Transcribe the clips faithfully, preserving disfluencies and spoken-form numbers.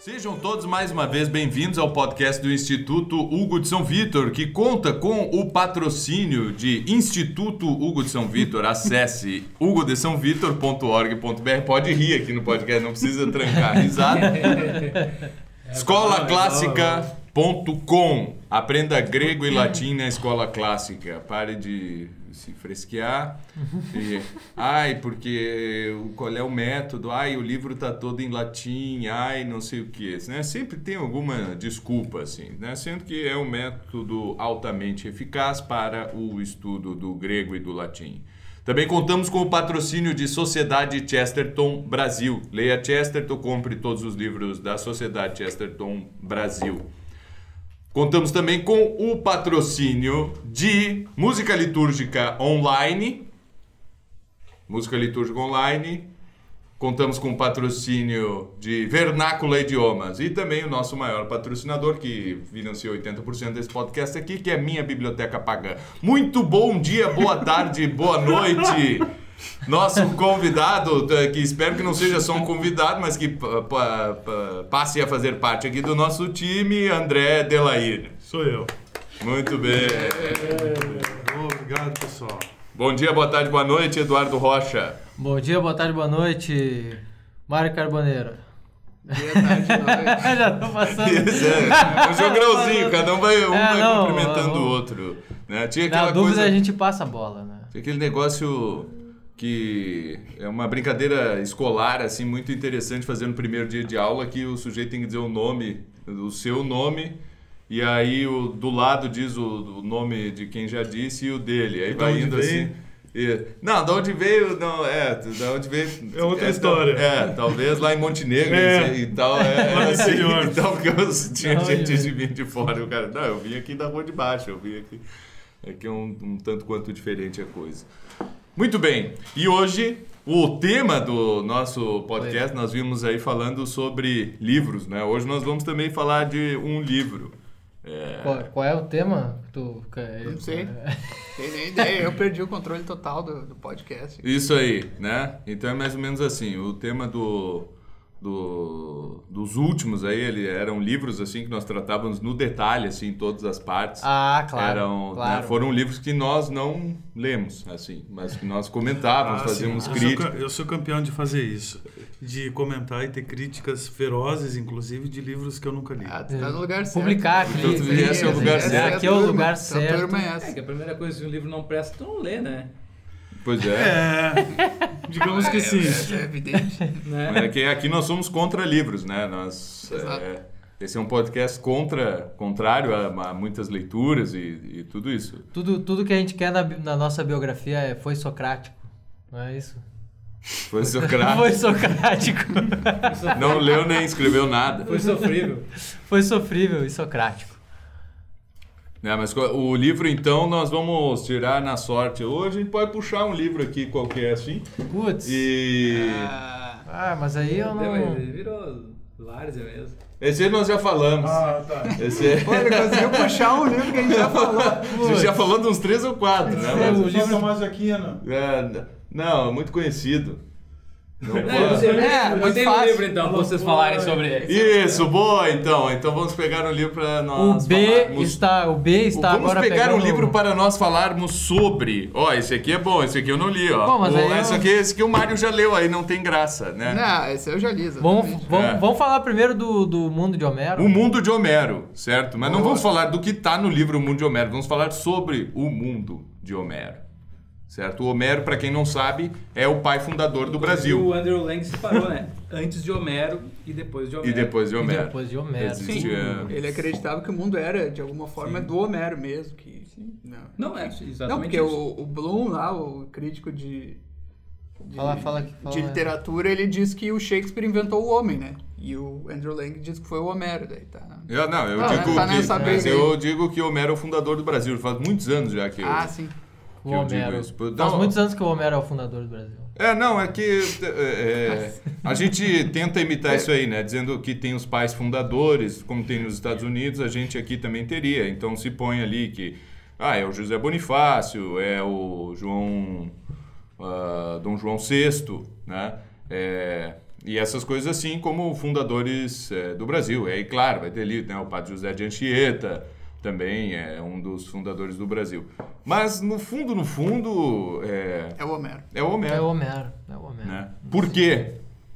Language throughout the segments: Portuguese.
Sejam todos mais uma vez bem-vindos ao podcast do Instituto Hugo de São Vítor, que conta com o patrocínio de Instituto Hugo de São Vítor. Acesse hugo de são vitor ponto org ponto b r. Pode rir aqui no podcast, não precisa trancar risada. escola clássica ponto com. Aprenda grego e latim na escola clássica. Pare de se fresquear. E, ai, porque qual é o método? Ai, o livro está todo em latim. Ai, não sei o que. Né? Sempre tem alguma desculpa, assim, né? Sendo que é um método altamente eficaz para o estudo do grego e do latim. Também contamos com o patrocínio de Sociedade Chesterton Brasil. Leia Chesterton, compre todos os livros da Sociedade Chesterton Brasil. Contamos também com o patrocínio de Música Litúrgica Online. Música Litúrgica Online. Contamos com o patrocínio de Vernácula Idiomas. E também o nosso maior patrocinador, que financia oitenta por cento desse podcast aqui, que é Minha Biblioteca Pagã. Muito bom dia, boa tarde, boa noite. Nosso convidado, que espero que não seja só um convidado, mas que p- p- passe a fazer parte aqui do nosso time, André Delair. Sou eu. Muito bem. É, obrigado, pessoal. Bom dia, boa tarde, boa noite, Eduardo Rocha. Bom dia, boa tarde, boa noite, Mário Carboneiro. Dia, tarde, noite. Já tô passando. Isso, é um jogrãozinho, cada um vai, um É, vai não, cumprimentando não. o outro. Né? Tinha aquela Na dúvida coisa, a gente passa a bola, né? tinha aquele negócio que é uma brincadeira escolar, assim, muito interessante fazer no primeiro dia de aula, que o sujeito tem que dizer o nome, o seu nome, e aí o, do lado diz o, o nome de quem já disse e o dele. Aí E vai de onde indo veio? assim. E, não, de onde veio, não, é, de onde veio... É outra é, história. É, talvez lá em Montenegro É. e tal, é, Lá no assim, interior. então, porque eu tinha Não, gente eu- de vir de fora, o cara, não, eu vim aqui da rua de baixo, eu vim aqui, aqui é um, um tanto quanto diferente a coisa. Muito bem, e hoje o tema do nosso podcast, nós vimos aí falando sobre livros, né? Hoje nós vamos também falar de um livro. É, Qual, qual é o tema? que Tu, Não sei. Tem nem ideia, eu perdi o controle total do, do podcast. Isso aí, né? Então é mais ou menos assim, o tema do, do, dos últimos aí, ele, eram livros assim que nós tratávamos no detalhe, assim, em todas as partes. Ah, claro. Eram, claro. né, foram livros que nós não lemos, assim, mas que nós comentávamos, Ah, fazíamos sim. Eu sou críticas. ca- Eu sou campeão de fazer isso. De comentar e ter críticas ferozes, inclusive, de livros que eu nunca li. Ah, tu tá no lugar certo. Publicar aqui. Então, tu- esse é o lugar Essa certo. a Aqui é o turma. lugar Tua certo. turma é É essa. que a primeira coisa que um livro não presta, tu não lê, né? Pois é. É, digamos que sim. Essa é evidente. né? Mas é que aqui nós somos contra livros, né? Nós, Exato. é, esse é um podcast contra, contrário a, a muitas leituras e, e tudo isso. Tudo, tudo que a gente quer na, bi- na nossa biografia é foi socrático. Não é isso? Foi Socrates. Foi socrático. Não leu nem escreveu nada. Foi sofrível. Foi sofrível e socrático. Né, mas co- o livro, então, nós vamos tirar na sorte. Hoje a gente pode puxar um livro aqui qualquer assim. Putz. E Ah, Ah, mas aí eu Entendeu? não... Ele virou várzea mesmo. esse aí nós já falamos. Ah, tá. Esse é- pô, ele conseguiu puxar um livro que a gente já falou. a gente já falou de uns três ou quatro, né? É, Mas, o livro Tomás de Aquino. é, não, é muito conhecido. Não É, pode- você, É, eu muito tenho um fácil. livro então, pra vocês falarem sobre ele. Isso, boa, então. Então vamos pegar um livro para O nós B falarmos. está, o B está Vamos agora pegar pegando... um livro para nós falarmos sobre. Ó, esse aqui é bom, esse aqui eu não li, ó. Bom, mas O- aí eu- esse, aqui, esse aqui o Mário já leu, aí não tem graça, né? Não, esse eu já li. Vamos, exatamente. vamos, É. vamos falar primeiro do, do mundo de Homero? O Mundo de Homero, certo? Mas não Boa. vamos falar do que está no livro O Mundo de Homero, vamos falar sobre o mundo de Homero. Certo? O Homero, para quem não sabe, é o pai fundador do O Brasil. Andrew Lang separou, né? Antes de Homero e depois de Homero. E depois de E Homero. depois de Homero. Existe, Sim, é, ele acreditava que o mundo era, de alguma forma, do Homero mesmo. Que, não. Não, é exatamente Não, porque isso. o, o Bloom lá, o crítico de, de, Fala, fala aqui, fala. de literatura, ele diz que o Shakespeare inventou o homem, né? E o Andrew Lang diz que foi o Homero, daí tá. Eu, não, eu Não, digo tá que, nessa mas briga eu aí. digo que o Homero é o fundador do Brasil. Faz muitos anos já que eu, Ah, sim. O que eu digo Homero. isso. Faz Não, muitos anos que o Homero é o fundador do Brasil. É, não, é que é, é, a gente tenta imitar isso aí, né? Dizendo que tem os pais fundadores, como tem nos Estados Unidos, a gente aqui também teria. Então se põe ali que ah, é o José Bonifácio, é o João, uh, Dom João sexto, né? É, E essas coisas assim como fundadores é, do Brasil. E aí, claro, vai ter ali, né, o Padre José de Anchieta, também é um dos fundadores do Brasil. Mas, no fundo, no fundo... É, É o Homero. é o Homero. É o Homero. É o Homero. Né? Por quê?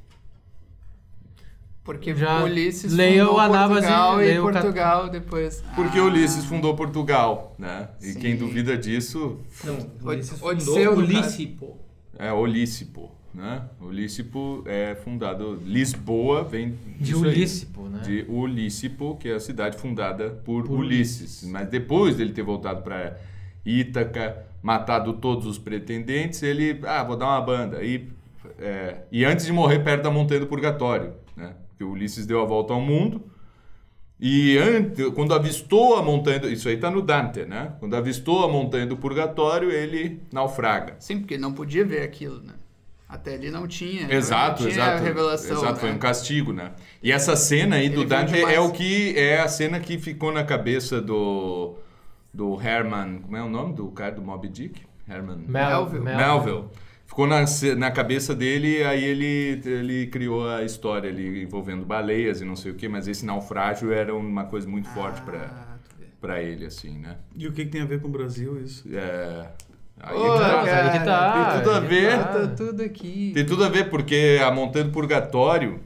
Porque Já Ulisses leia fundou o Anabas e Portugal e, leia o Cat- Portugal depois... Porque Ah, Ulisses fundou Portugal, né? E Sim. quem duvida disso Não, Ulisses Odisseu, fundou no Ulíssipo. é Olíssipo, né? Olíssipo é fundado... Lisboa vem De disso aí. Ulíssipo, né? De Olíssipo, que é a cidade fundada por, Por Ulisses. Mas depois dele ter voltado para Ítaca, matado todos os pretendentes, ele... Ah, vou dar uma banda. E, é, e antes de morrer perto da Montanha do Purgatório, né? Porque Ulisses deu a volta ao mundo. E antes, quando avistou a montanha... Do, isso aí está no Dante, né? Quando avistou a Montanha do Purgatório, ele naufraga. Sim, porque não podia ver aquilo, né? Até ali não tinha. Exato, não tinha exato. a revelação, Exato, né? foi um castigo, né? E essa cena aí do Ele viu Dante demais. é o que é a cena que ficou na cabeça do do Herman, como é o nome do cara do Moby Dick? Herman Mel- Melville. Melville. Ficou na, ce- na cabeça dele, aí ele, ele criou a história ali envolvendo baleias e não sei o quê, mas esse naufrágio era uma coisa muito forte para Ah, tu vê. para ele, assim, né? E o que, que tem a ver com o Brasil isso? É, aí Ô, é que tá. Mas aí que tá. Tem tudo a aí que ver. tá. Tá tudo aqui. Tem tudo a ver, porque a Montanha do Purgatório...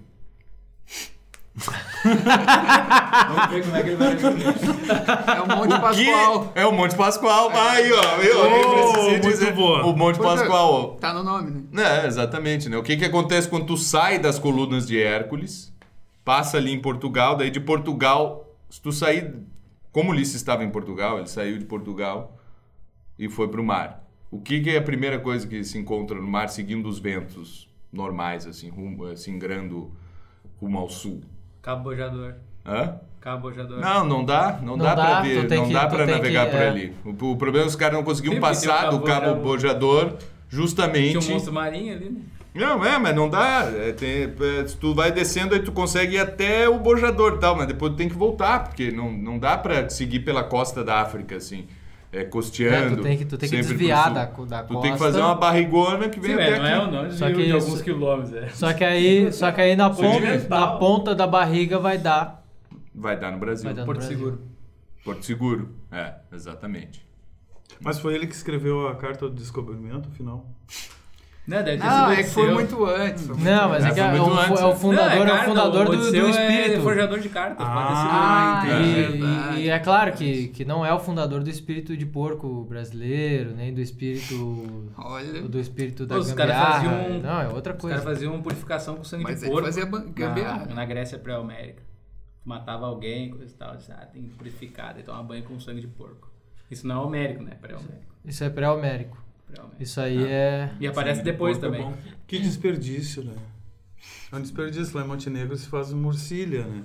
Vamos ver como é que ele vai responder. É o Monte Que Pascoal. é o Monte Pascoal. Vai aí, ó. Eu, eu Oh, precisei muito dizer boa. o Monte Pois é, Pascoal. Tá no nome, né? É, exatamente, né? O que que acontece quando tu sai das colunas de Hércules, passa ali em Portugal, daí de Portugal, se tu sair... Como Ulisses estava em Portugal, ele saiu de Portugal e foi pro mar. O que que é a primeira coisa que se encontra no mar, seguindo os ventos normais, assim, rumo, assim, grando rumo ao sul? Cabo Bojador. Hã? Cabo Bojador. Não, não dá, não, Não dá, dá, pra tu ver, tem não que- dá tu pra tem navegar que- por é. ali. O, o problema é que os caras não conseguiam Sim, porque passar tem o do Cabo Cabo Bojador, justamente... Tinha um monstro marinho ali, né? Não, é, mas não dá. É, tem, é, se tu vai descendo, aí tu consegue ir até o Bojador e tal, mas depois tu tem que voltar, porque não, não dá pra seguir pela costa da África, assim, é, costeando. É, tu tem que, tu tem que sempre pro desviar sul. da, co- da Tu costa. tem que fazer uma barrigona que vem Sim, até é, não é aqui. o nome Só de, que de isso- alguns quilômetros, é. Só que aí, só que aí na, ponta, Continental. na ponta da barriga vai dar. Vai dar no Brasil. Vai dar no Porto Brasil. Seguro. Porto Seguro. É, exatamente. Mas foi ele que escreveu a carta do descobrimento, afinal? Não, deve ter Não, sido é que foi Odisseu. muito antes. foi muito Não, mas É, é, que foi é, muito o, antes, é o né? fundador, Não, é, o carta, fundador do, Odisseu do espírito. É forjador de cartas, pode ter sido. Ah, Ah, E, entendi. é verdade. e- e é claro que, que não é o fundador do espírito de porco brasileiro, nem do espírito Olha, do espírito da Os caras gambiarra. faziam- Não, é outra Os coisa. caras faziam purificação com sangue mas de ele porco. fazia ban- gambiarra. Na, na Grécia pré-América. Tu matava alguém, coisa e tal. Disse, ah, tem que purificar, daí tomar banho com sangue de porco. Isso não é homérico, né? Pré-homérico. Isso é pré-homérico. Pré-homérico. Isso aí é... E aparece Sangue de depois porco é também. bom. Que desperdício, né? É um desperdício. Lá em Montenegro se faz morcilha, né?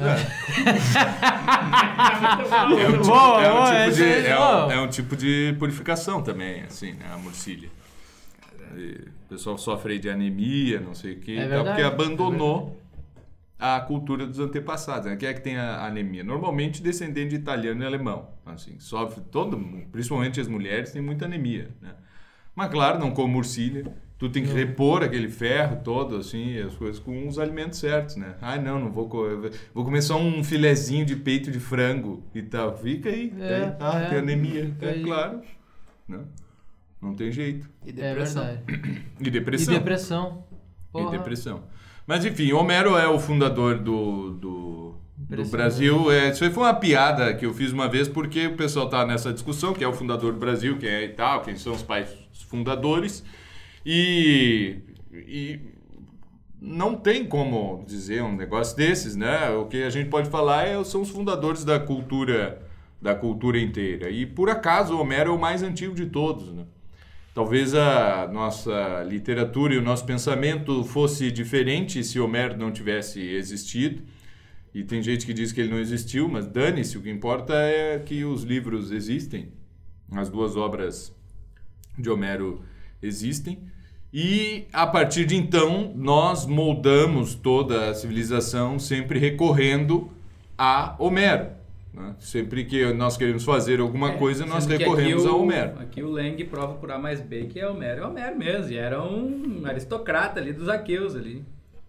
É um tipo, Boa, é um boa, tipo esse de, aí, é, boa. um, é um tipo de purificação também, assim, né? A morcilha. E o pessoal sofre aí de anemia, não sei o que, É e tal, porque verdade, abandonou a cultura dos antepassados. Né? Quem é que tem a anemia? Normalmente descendente de italiano e alemão. Assim, sofre todo, principalmente as mulheres, têm muita anemia. Né? Mas claro, não come morcilha. Tu tem que repor aquele ferro todo, assim, as coisas com os alimentos certos, né? Ah, não, não vou comer. Vou comer só um filezinho de peito de frango e tal. Fica aí. É, aí, ah, é, tem anemia. fica É aí. claro. Não, não tem jeito. e É depressão. verdade. E E depressão. depressão. E Porra. depressão. Mas enfim, Homero é o fundador do, do, do Impressionante. Brasil. É, isso aí foi uma piada que eu fiz uma vez porque o pessoal tá nessa discussão, que é o fundador do Brasil, quem é e tal, quem são os pais fundadores. E, e não tem como dizer um negócio desses, né? O que a gente pode falar é, são os fundadores da cultura, da cultura inteira. E por acaso o Homero é o mais antigo de todos, né? Talvez a nossa literatura e o nosso pensamento fosse diferente se Homero não tivesse existido. E tem gente que diz que ele não existiu, mas dane-se, o que importa é que os livros existem. As duas obras de Homero existem. E a partir de então, nós moldamos toda a civilização sempre recorrendo a Homero. Né? Sempre que nós queremos fazer alguma É, coisa, nós sendo que recorremos aqui a o- Homero. Aqui o Lang prova por A mais B que é Homero. É Homero mesmo. E era um aristocrata ali dos aqueus ali.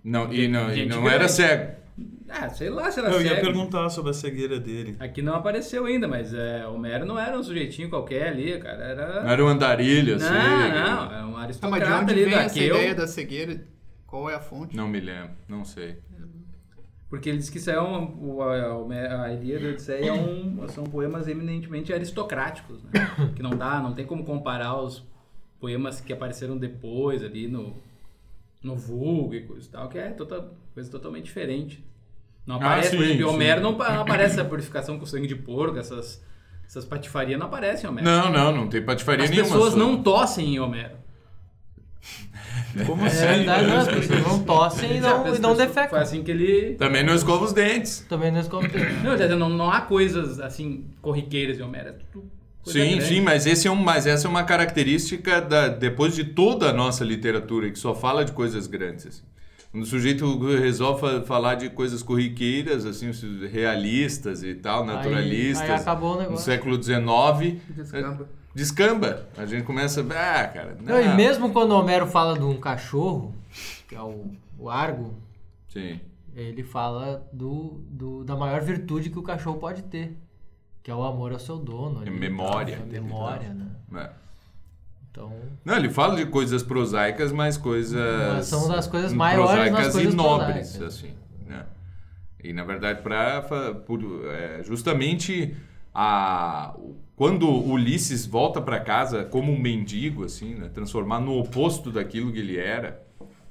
Não, e não, e Gente não grande. era cego. Ah, sei lá se era Eu ia cego. perguntar sobre a cegueira dele. Aqui não apareceu ainda, mas é, Homero não era um sujeitinho qualquer ali, cara. Era... Não era um andarilho, assim. Não, não, era um Tá, mas de aristocrata onde ali vem da essa Aqueu. ideia da cegueira? Qual é a fonte? Não me lembro, não sei. Porque ele diz que isso é um, o- a, a, a Ilíada e a Odisseia é um, são poemas eminentemente aristocráticos, né? Que não dá, não tem como comparar os poemas que apareceram depois ali no, no vulgo e coisa e tal, que é tota, coisa totalmente diferente. Não Ah, aparece, por sim, exemplo, em sim. Homero não, pa- não aparece a purificação com sangue de porco, essas, essas patifarias não aparecem em Homero. Não, não, não tem patifaria As nenhuma. pessoas só. não tossem em Homero. Como É assim? verdade, não, as pessoas não tossem e não, As e não pessoas- defecam. Foi assim que ele... Também não escova os dentes. Também não escova. Não, quer dizer, não, não há coisas assim corriqueiras em Homero. É tudo coisa Sim, grande. sim, mas, esse é um, mas essa é uma característica da, depois de toda a nossa literatura, que só fala de coisas grandes. Assim. Quando o sujeito resolve fa- falar de coisas corriqueiras, assim, realistas e tal, naturalistas, aí acabou o no negócio. século dezenove, Descamba. descamba. A gente começa, ah, cara, não. Não, e mesmo quando o Homero fala de um cachorro, que é o, o Argo, Sim. ele fala do, do, da maior virtude que o cachorro pode ter, que é o amor ao seu dono. ali, memória. A memória, né? É. Então, Não, ele fala de coisas prosaicas, mas coisas... Mas são das coisas maiores prosaicas nas coisas e nobres, prosaicas. assim, né? E, na verdade, pra, fa- por, é, justamente a, quando Ulisses volta para casa como um mendigo, assim, né? Transformar no oposto daquilo que ele era,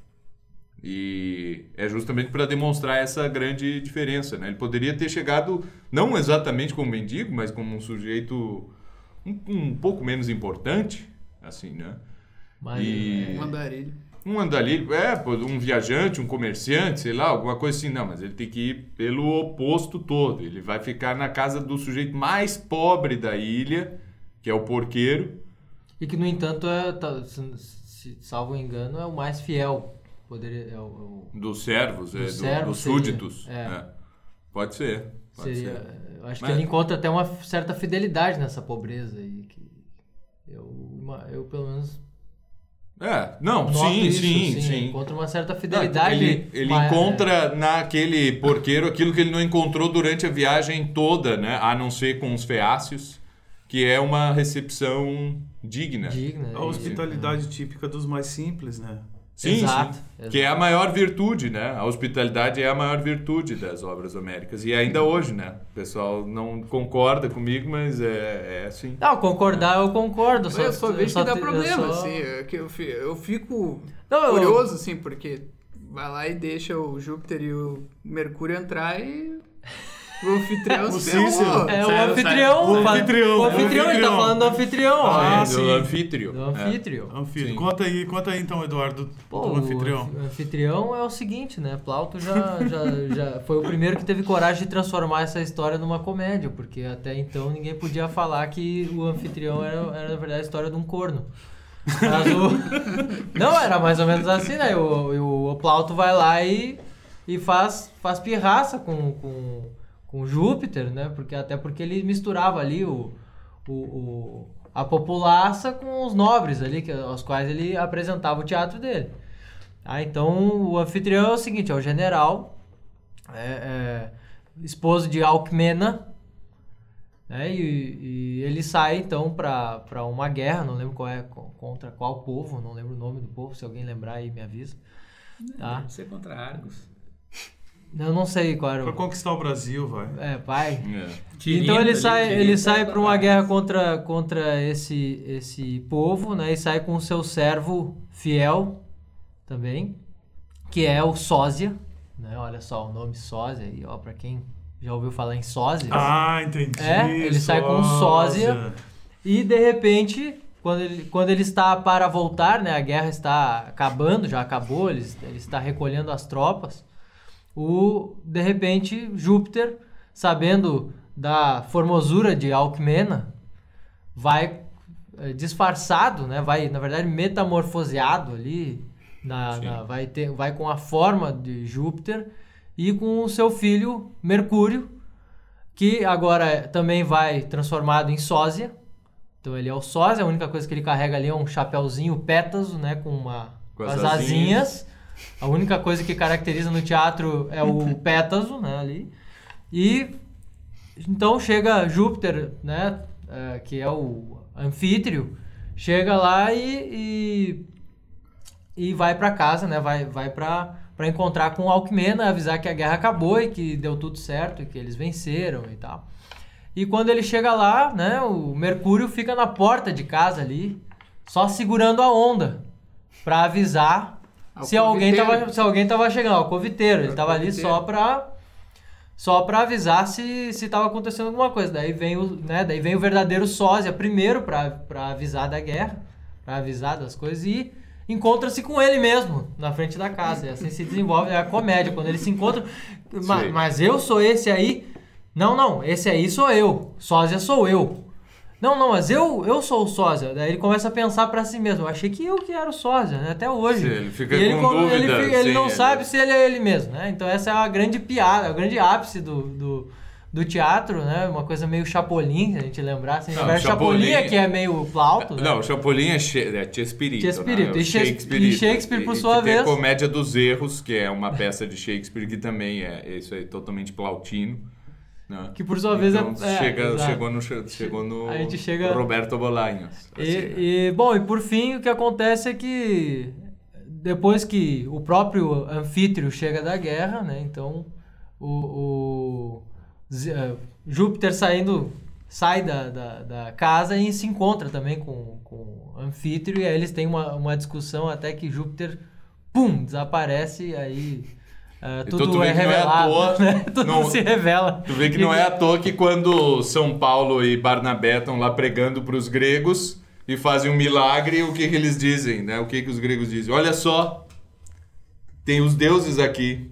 e é justamente para demonstrar essa grande diferença, né? Ele poderia ter chegado, não exatamente como mendigo, mas como um sujeito um, um pouco menos importante, assim, né? mas E- Um andarilho. Um andarilho, é, pô, um viajante, um comerciante, sei lá, alguma coisa assim. Não, mas ele tem que ir pelo oposto todo. Ele vai ficar na casa do sujeito mais pobre da ilha, que é o porqueiro. e que no entanto é, tá, se, se salvo engano, é o mais fiel. Poderia, é o, é o- Dos servos, é, do- servos dos seria, súditos. é. É. Pode ser. Pode seria, ser. eu acho Mas- que ele encontra até uma certa fidelidade nessa pobreza aí que eu, uma- eu pelo menos É, não, noto sim, isso, sim, sim, sim. encontra uma certa Não, fidelidade. ele ele ma- encontra naquele porqueiro aquilo que ele não encontrou durante a viagem toda, né? A não ser com os feácios, que é uma recepção digna. digna. A hospitalidade típica dos mais simples, né? Sim, Exato, sim. exato. Que é a maior virtude, né? A hospitalidade é a maior virtude das obras homéricas. E ainda hoje, né? O pessoal não concorda comigo, mas é, é assim. Não, concordar eu concordo. Eu só, eu vejo só que dá te- eu problema, só- assim. É que eu, fi- eu fico Não, eu- curioso, assim, porque vai lá e deixa o Júpiter e o Mercúrio entrar e o anfitrião O se Cícero. ferrou. É o Sério, anfitrião. sério. fa- O anfitrião, O o anfitrião, ele tá anfitrião. falando do anfitrião. Ah, ó. é, sim. do anfítrio. Do anfitrião. Anfítrio. É. Sim. Conta aí, conta aí então, Eduardo, Pô, do anfitrião. o anfi- anfitrião é o seguinte, né? Plauto já, já, já foi o primeiro que teve coragem de transformar essa história numa comédia, porque até então ninguém podia falar que o anfitrião era, era na verdade a história de um corno. Mas o... Não, era mais ou menos assim, né? O, o, o Plauto vai lá e, e faz, faz pirraça com, com, com Júpiter, né? Porque, até porque ele misturava ali o, o, o, a populaça com os nobres ali, que, aos quais ele apresentava o teatro dele. Ah, então o anfitrião é o seguinte, é o general, é, é, esposo de Alcmena, né, e, e ele sai então para uma guerra, não lembro qual é, contra qual povo, não lembro o nome do povo, se alguém lembrar aí me avisa. Tá? Deve ser contra Argos. Eu não sei qual era Pra o... conquistar o Brasil, vai. É, pai. É. Tirinta Então ele ali, sai, Tirinta ele sai da para uma Argos. guerra contra, contra esse, esse povo, né? E sai com o seu servo fiel também, que é o Sósia, né? Olha só o nome Sósia aí, ó, para quem já ouviu falar em Sósia. Ah, entendi. É, ele sai com sósia. E de repente, quando ele, quando ele está para voltar, né? A guerra está acabando, já acabou, ele, ele está recolhendo as tropas. O, de repente, Júpiter, sabendo da formosura de Alcmena, vai eh, disfarçado, né? Vai, na verdade, metamorfoseado ali, na, na- vai, ter, vai com a forma de Júpiter e com o seu filho Mercúrio, que agora também vai transformado em sósia. Então ele é o sósia, a única coisa que ele carrega ali é um chapéuzinho pétaso, né? Com, uma, Com com as as asinhas. asinhas. A única coisa que caracteriza no teatro é o pétaso, né, ali. E então chega Júpiter, né, é, que é o anfítrio, chega lá e, e, e vai para casa, né, vai, vai para para encontrar com Alcmena, avisar que a guerra acabou e que deu tudo certo, e que eles venceram e tal. E quando ele chega lá, né, o Mercúrio fica na porta de casa ali, só segurando a onda, para avisar se alguém, tava, se alguém tava chegando, o coviteiro, ele tava ali só para só para avisar se se tava acontecendo alguma coisa. Daí vem o, né, daí vem o verdadeiro sósia primeiro para avisar da guerra, para avisar das coisas e encontra-se com ele mesmo na frente da casa. E assim se desenvolve a comédia, quando eles se encontram, mas, mas eu sou esse aí. Não, não, esse aí sou eu, sósia sou eu. Não, não, mas eu, eu sou o sósia. Daí ele começa a pensar pra si mesmo. Eu achei que eu que era o sósia, né? Até hoje. Sim, ele fica e ele, com dúvida. Ele, fica, ele sim, não ele... sabe se ele é ele mesmo, né? Então essa é a grande piada, o grande ápice do, do, do teatro, né? Uma coisa meio Chapolin, se a gente lembrar. Se a gente lembrar, Chapolin, Chapolin é que é meio Plauto, né? Não, o Chapolin é, che... é Chespirito. Chespirito. Né? E, Shakespeare, e Shakespeare, por e, sua e vez... tem a Comédia dos Erros, que é uma peça de Shakespeare que também é isso aí, totalmente plautino. Né? Que por sua vez então, é... Chega, é chegou no, chegou no a gente chega... Roberto Bolanhos. E, Assim, né? e, bom, e por fim, o que acontece é que depois que o próprio anfítrio chega da guerra, né? Então, o, o uh, Júpiter saindo, sai da, da, da casa e se encontra também com, com o anfítrio. E aí eles têm uma, uma discussão até que Júpiter, pum, desaparece e aí... Uh, tudo então, tu vê é que revelado, não é à toa, né? Tudo não, se revela. Tu vê que não é à toa que quando São Paulo e Barnabé estão lá pregando para os gregos e fazem um milagre, o que, que eles dizem, né? O que, que os gregos dizem? Olha só, tem os deuses aqui,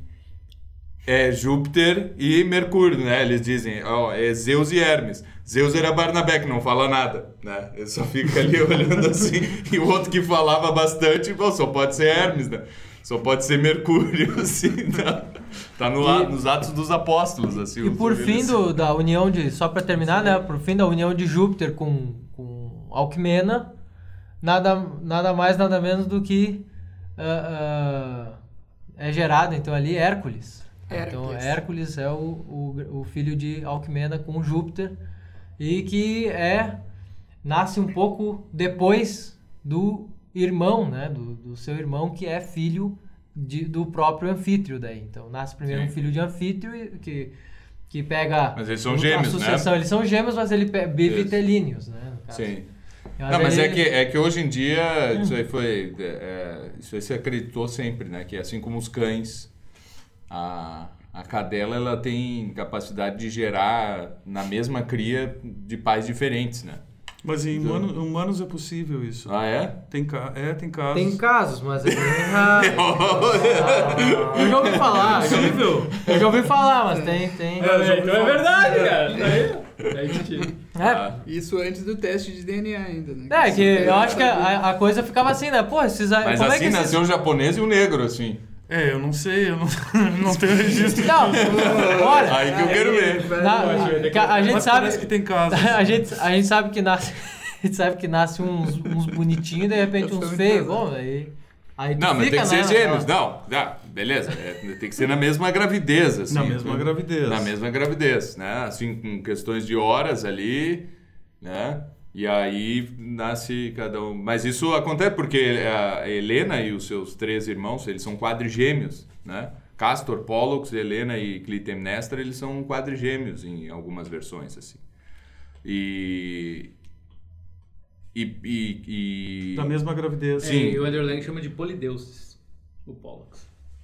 é Júpiter e Mercúrio, né? Eles dizem, ó, é Zeus e Hermes. Zeus era Barnabé, que não fala nada, né? Ele só fica ali olhando assim, e o outro que falava bastante, bom, só pode ser Hermes, né? Só pode ser Mercúrio, assim, tá, tá no, E, nos Atos dos Apóstolos, assim. E por fim do, da união de, só para terminar, né, por fim da união de Júpiter com, com Alcmena, nada, nada mais, nada menos do que uh, uh, é gerado, então, ali Hércules. Hércules. Então, Hércules é o, o, o filho de Alcmena com Júpiter e que é, nasce um pouco depois do irmão, né, do, do seu irmão, que é filho de, do próprio anfítrio daí. Então, nasce primeiro Sim. um filho de anfítrio que, que pega... Mas eles são a gêmeos, sucessão. né? Eles são gêmeos, mas ele pega bivitelíneos, né, no caso. Sim. Mas Não, mas ele- é que, é que hoje em dia isso aí foi... É, é, isso aí se acreditou sempre, né? Que assim como os cães, a, a cadela ela tem capacidade de gerar na mesma cria de pais diferentes, né? Mas em humanos, humanos é possível isso. Ah, é? Tem, ca- é, tem casos. Tem casos, mas é bem raro. Eu já ouvi falar. Eu já ouvi, eu já ouvi falar, mas tem... tem... É, então é verdade, cara. Aí, aí mentira. É, Isso antes do teste de D N A ainda, né? É, que eu acho que a, a coisa ficava assim, né? Pô, esses... Mas como é assim que esses... nasceu um japonês e um negro, assim. É, eu não sei, eu não, não tenho registro. Não, olha... Aí que eu quero ver. na- a, a gente Mas sabe... parece que tem casos. A gente, a gente sabe que nasce... A gente sabe que nasce uns, uns bonitinhos e de repente uns feios. Bom, aí... Aí tu Não, mas fica, tem que né, ser gêmeos. naquela- Não, não, beleza. É, tem que ser na mesma gravidez, assim. Na mesma né? gravidez. Na mesma gravidez, né? Assim, com questões de horas ali, né? E aí nasce cada um. Mas isso acontece porque a Helena e os seus três irmãos, eles são quadrigêmeos, né? Castor, Pollux, Helena e Clitemnestra, eles são quadrigêmeos em algumas versões, assim. E... E... e, e... Da mesma gravidez. Sim. É, e o Underlang chama de polideuses, o Pollux.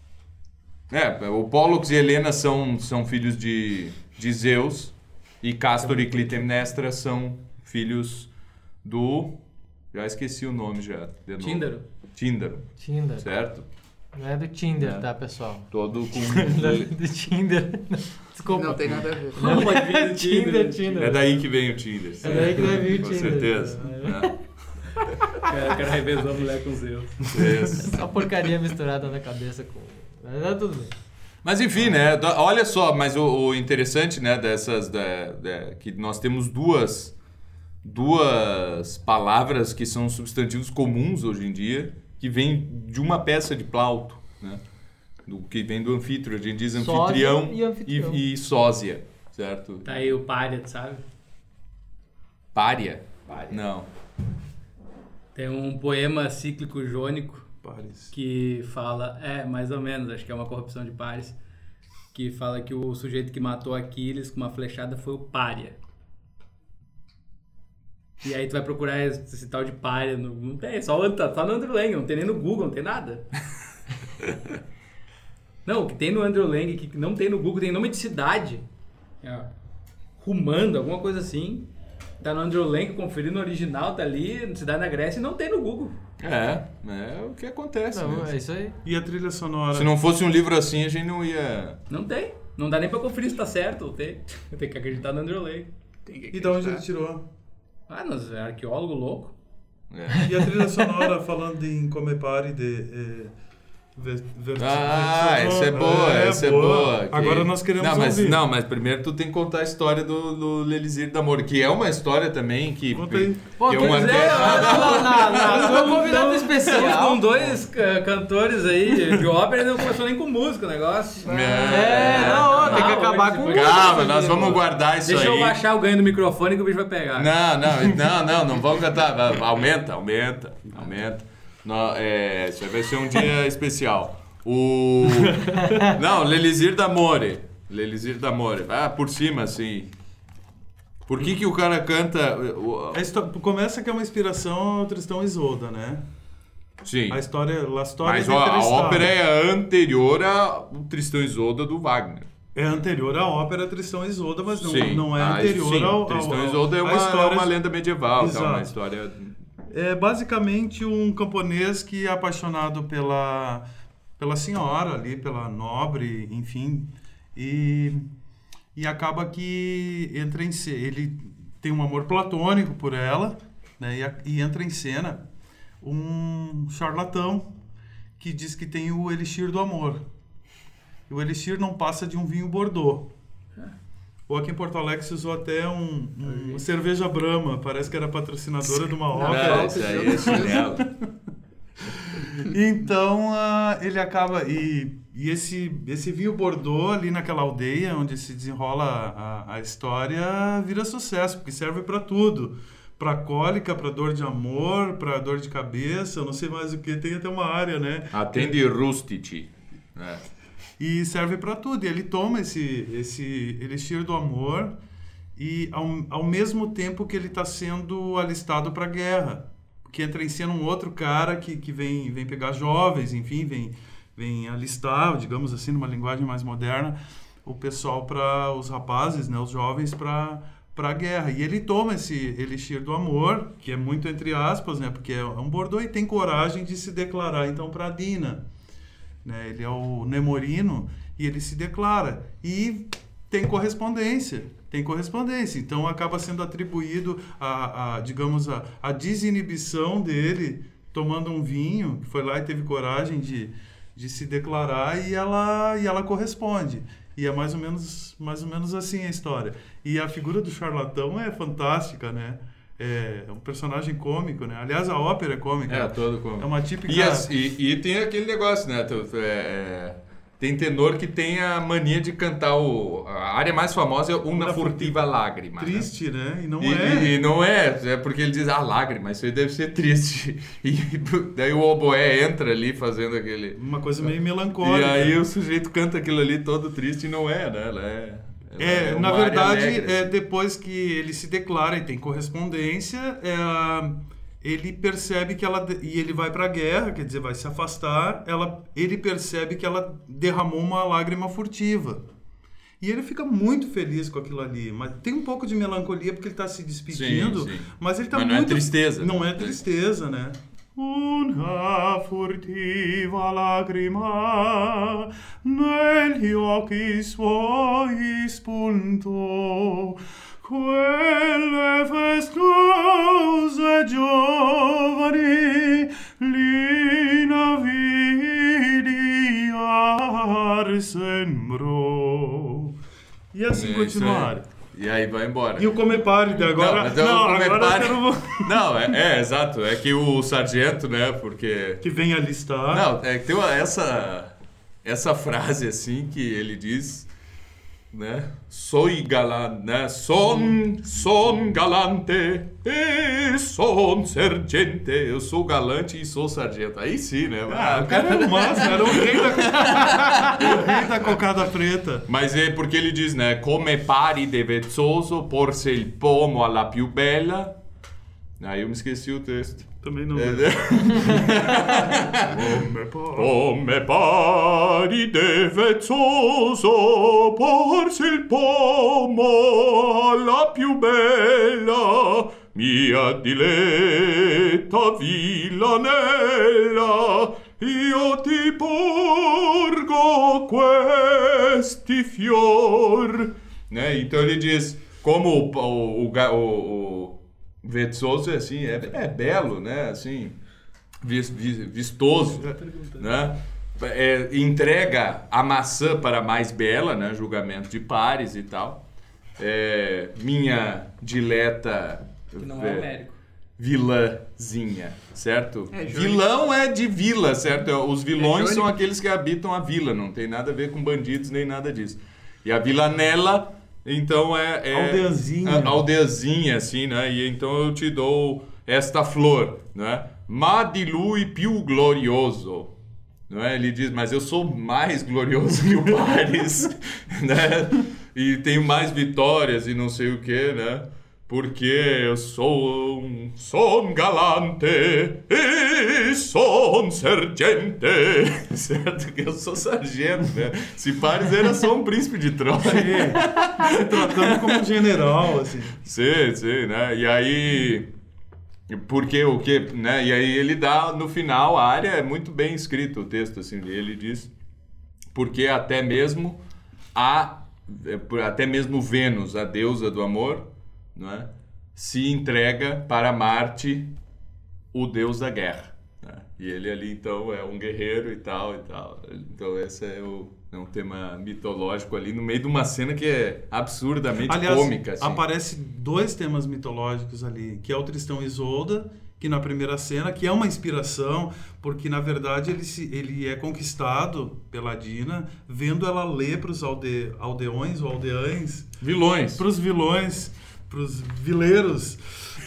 É, o Pollux e Helena são, são filhos de, de Zeus e Castor e Clitemnestra são filhos do... Já esqueci o nome já. de novo. Tíndaro. Tíndaro, Tinder. certo? Não é do Tinder, É. tá, pessoal? Todo com... do Tinder. Desculpa. Não tem nada a ver. Não, pode vir do Tinder, Tinder. É daí que vem o Tinder. É daí que deve vir o Com Tinder. certeza. né? O cara, o cara revezou a mulher com Zeus. Isso. Essa porcaria misturada na cabeça com... Mas tá tudo bem. Mas enfim, né? do- Olha só, mas o, o interessante, né, dessas, da, da- que nós temos duas, duas palavras que são substantivos comuns hoje em dia, que vêm de uma peça de Plauto, né? Do que vem do anfitrião, a gente diz Sósia anfitrião e anfitrião. e, e sósia, certo? Tá aí o pária, tu sabe? Pária? Pária. Não. Tem um poema cíclico jônico Pares. que fala, é, mais ou menos, acho que é uma corrupção de Pares, que fala que o sujeito que matou Aquiles com uma flechada foi o pária. E aí tu vai procurar esse, esse tal de pária, no, não tem, só, tá, só no Andrew Lang, não tem nem no Google, não tem nada. Não, o que tem no Andrew Lang, que não tem no Google, tem nome de cidade. É, Rumanda, alguma coisa assim. Tá no Andrew Lang, conferindo no original, tá ali, cidade na Grécia, e não tem no Google. É, é o que acontece Não, mesmo. é isso aí. E a trilha sonora? Se não fosse um livro assim, a gente não ia... Não tem. Não dá nem pra conferir se tá certo. Tem, tem que acreditar no Andrew Lang. Tem que E de onde ele acreditar. tirou? Ah, nós é arqueólogo louco. É. E a trilha sonora, falando em Come Pare de... Eh, ver, ver, Ah, ver- essa é boa, É, essa é boa. que- Agora nós queremos não, mas, ouvir. Não, mas primeiro tu tem que contar a história do, do Lelisir da Amor, que é uma história também que... Conta aí. Pô, que é quer uma... dizer, na, na, na, tu é convidado Estamos especial. com dois ca- cantores aí de ópera e não começou nem com música o negócio. É, não, tem que Não, acabar mas com depois- Calma, nós vamos guardar isso Deixa aí. eu baixar o ganho do microfone que o bicho vai pegar. Não, não, não, não, não vamos cantar. Aumenta, aumenta, aumenta. Não, é, isso aí vai ser um dia especial. O... Não, Lelisir d'Amore. Lelisir d'Amore. Ah, por cima, assim. Por que que o cara canta... o- A histó- começa que é uma inspiração ao Tristão e Isolda, né? Sim. A história, a história Mas de ó, a Tristão. ópera é anterior ao Tristão e Isolda do Wagner. É anterior à ópera Tristão e Isolda, mas não, Sim. não é Ah, anterior sim. ao... ao Tristão e ao- Isolda é a uma, é história- uma lenda medieval, tá? Uma Exato. história... É basicamente um camponês que é apaixonado pela, pela senhora ali, pela nobre, enfim, e, e acaba que entra em ce- ele tem um amor platônico por ela, né, e, a- e entra em cena um charlatão que diz que tem o elixir do amor. E o elixir não passa de um vinho Bordeaux. Ou aqui em Porto Alegre se usou até um, um- uma cerveja Brahma, parece que era patrocinadora de uma ópera. Não, isso aí é chinelo. Então ah, ele acaba e, e esse esse vinho Bordeaux ali naquela aldeia onde se desenrola a, a história vira sucesso porque serve para tudo, para cólica, para dor de amor, para dor de cabeça, eu não sei mais o que, tem até uma área, né? Atende Rustici. É. E serve para tudo. E ele toma esse esse elixir do amor e ao, ao mesmo tempo que ele está sendo alistado para a guerra, porque entra em cena um outro cara que, que vem, vem pegar jovens, enfim, vem, vem alistar, digamos assim, numa linguagem mais moderna, o pessoal para os rapazes, né, os jovens para para a guerra. E ele toma esse elixir do amor, que é muito entre aspas, né, porque é um Bordeaux e tem coragem de se declarar então para Dina. Né, ele é o Nemorino e ele se declara e tem correspondência, tem correspondência, então acaba sendo atribuído a, a digamos, a, a desinibição dele tomando um vinho, que foi lá e teve coragem de, de se declarar e ela, e ela corresponde. E é mais ou menos, mais ou menos assim a história. E a figura do charlatão é fantástica, né? É um personagem cômico, né? Aliás, a ópera é cômica. É, todo como. É uma típica... E, as- e- e tem aquele negócio, né? tu- tu- é- é, tem tenor que tem a mania de cantar o... A área mais famosa é Una Una Furtiva Lágrima. né? triste, né? E não E, é. e- e não é, é porque ele diz, ah, lágrima, isso aí deve ser triste. E daí o oboé entra ali fazendo aquele... Uma coisa meio E melancólica. aí o sujeito canta aquilo ali todo triste e não é, né? Ela é... ela É, uma na área verdade, alegre, é, assim. depois que ele se declara e tem correspondência, é, ele percebe que ela... de- E ele vai para a guerra, quer dizer, vai se afastar. Ela, ele percebe que ela derramou uma lágrima furtiva. E ele fica muito feliz com aquilo ali. Mas tem um pouco de melancolia porque ele está se despedindo. Sim, sim. Mas ele está Mas muito... não é tristeza. Não é tristeza, né? Una furtiva lagrima negli occhi suoi spuntò, quelle festose giovani lina vidi sembrò. E assim É, isso continuaram. aí. E aí vai embora. E o Come Pare agora... Não, mas então, o Come agora Pare- eu quero... Não, é, é, exato. É que o sargento, né? Porque... Que vem alistar. Não, é que tem uma, essa... essa frase assim que ele diz, né? Soy galante, né? Son, son galante e son sergente. Eu sou galante e sou sargento. Aí sim, né? Ah, o cara era massa, era o rei da, o rei da cocada preta. Mas é porque ele diz, né? Come pari de vezzoso, porse il pomo alla più bella. Aí eu me esqueci o texto. Também não. É, É, Come pari de vezzoso, porse il pomo alla più bella, mia diletta villanella, io ti porgo questi fior. Né? Então ele diz, como o, o, o, o, o vezzoso é assim, é, é belo, né? Assim, vis, vis, vistoso, né? É, entrega a maçã para a mais bela, né? Julgamento de pares e tal. É, minha dileta Que não é o Américo. vilãzinha, certo? É, Vilão é de vila, certo? Os vilões É, são aqueles que habitam a vila, não tem nada a ver com bandidos nem nada disso. E a villanella, então é... é Aldeazinha. a- aldeazinha, assim, né? E então eu te dou esta flor, né? Ma di lui più glorioso. Não é? Ele diz, mas eu sou mais glorioso que o Paris, né? E tenho mais vitórias e não sei o que, né? Porque eu sou um son galante e son sergente. Certo? Que eu sou sargento, né? Se Paris era só um príncipe de Troia. se tratando como general, assim. Sim, sim, né? E aí... Porque o que, né? E aí ele dá, no final, a área é muito bem escrito, o texto, assim. Ele diz... Porque até mesmo a... Até mesmo Vênus, a deusa do amor... Não é? Se entrega para Marte, o deus da guerra, né? E ele ali então é um guerreiro e tal e tal. Então esse é, o, é um tema mitológico ali no meio de uma cena que é absurdamente Aliás, cômica, assim. aparece dois temas mitológicos ali, que é o Tristão e Isolda, que na primeira cena, que é uma inspiração, porque na verdade ele, se, ele é conquistado pela Dina, vendo ela ler para os alde, aldeões ou aldeães, Vilões. para os vilões, para os vileiros,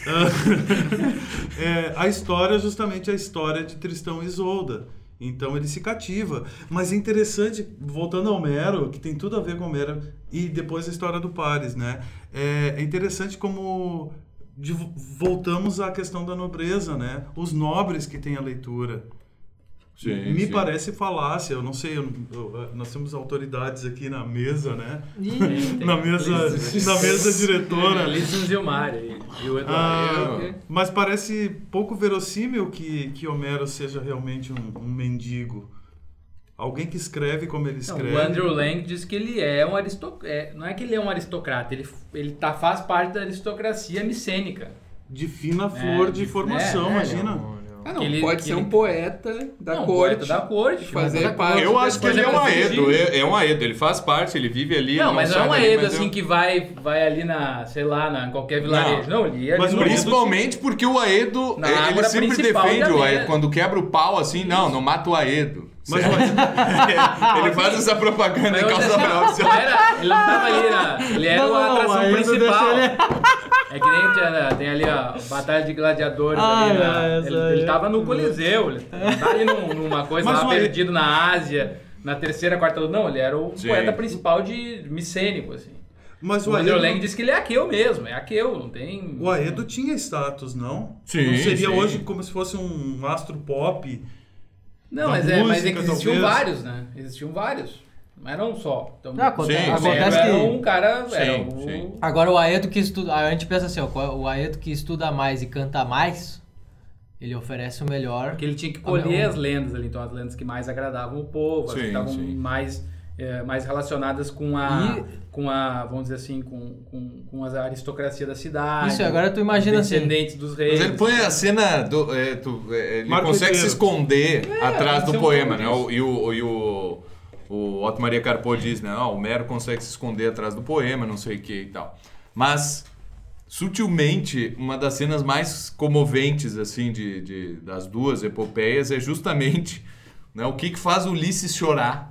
é, a história, justamente a história de Tristão e Isolda. Então ele se cativa. Mas é interessante, voltando ao Homero, que tem tudo a ver com Homero, e depois a história do Paris, né? É, é interessante como de, voltamos à questão da nobreza, né? Os nobres que têm a leitura. Sim, Me sim. parece falácia, eu não sei, eu, eu, nós temos autoridades aqui na mesa, né? Ih, Na mesa, na mesa diretora. Lisson Gilmar e e o Eduardo. Ah, eu- mas parece pouco verossímil que, que Homero seja realmente um, um mendigo. Alguém que escreve como ele Não, escreve. o Andrew Lang diz que ele é um aristocrata. Não é que ele é um aristocrata, ele, ele tá, faz parte da aristocracia micênica. De fina flor É, de de- formação, é, é, imagina. Ah, não, Que ele- pode que ser ele- um poeta da Não, corte. poeta da corte. Fazer poeta da parte corte. Eu acho que Por ele é exemplo, um assim, aedo, é, é um aedo, ele faz parte, ele vive ali. Não, mas não é sai um dali, aedo mas assim eu- que vai, vai ali na, sei lá, na, em qualquer vilarejo. Não, ele ia Mas ali o no- Principalmente porque o Aedo, Na ele Ágora sempre principal defende da o Aedo. mesa. Quando quebra o pau assim, não, não mata o Aedo. Mas Certo? o Ele faz essa propaganda Mas em eu causa disse, própria. não era, ele não tava ali na. Ele era Não, a não, atração aí eu principal. deixei ele- É que nem tinha, tem ali a Batalha de Gladiadores. Ai, ali na- ai, essa ele, aí ele é tava no muito Coliseu. Ele tá ali num- numa coisa Mas lá o Aedo- perdido na Ásia, na terceira, quarta. Não, ele era o Sim. poeta principal de micênico, assim. Mas O o Andrew Aedo, Lang diz que ele é aqueu mesmo, é aqueu, não tem. o Aedo tinha status, não? Sim, Não seria sim. hoje como se fosse um astro pop? Não, da mas é, mas é que música, existiam talvez. vários, né? Existiam vários. Não era um só. Então, Não, aconte- Sim, o sim. Aedo acontece era que- um cara. Era Sim, o- sim. Agora o Aedo que estuda, a gente pensa assim, ó, qual- o Aedo que estuda mais e canta mais, ele oferece o melhor. Porque ele tinha que Ah, colher não. as lendas ali, então as lendas que mais agradavam o povo, as que Sim, estavam sim. mais, eh, mais relacionadas com a, E- com a, vamos dizer assim, com, com, com a aristocracia da cidade. Isso, agora tu imagina assim. descendentes dos reis. Mas ele põe a cena do. é, tu- é, ele Marco consegue se Inteiro. esconder atrás do tem um poema, pouco né? disso. O- E o. E o o Otto Maria Carpo diz, né? Ah, o Homero consegue se esconder atrás do poema, não sei o que e tal. Mas, sutilmente, uma das cenas mais comoventes, assim, de, de- das duas epopeias é justamente, né, o que, que faz Ulisses chorar,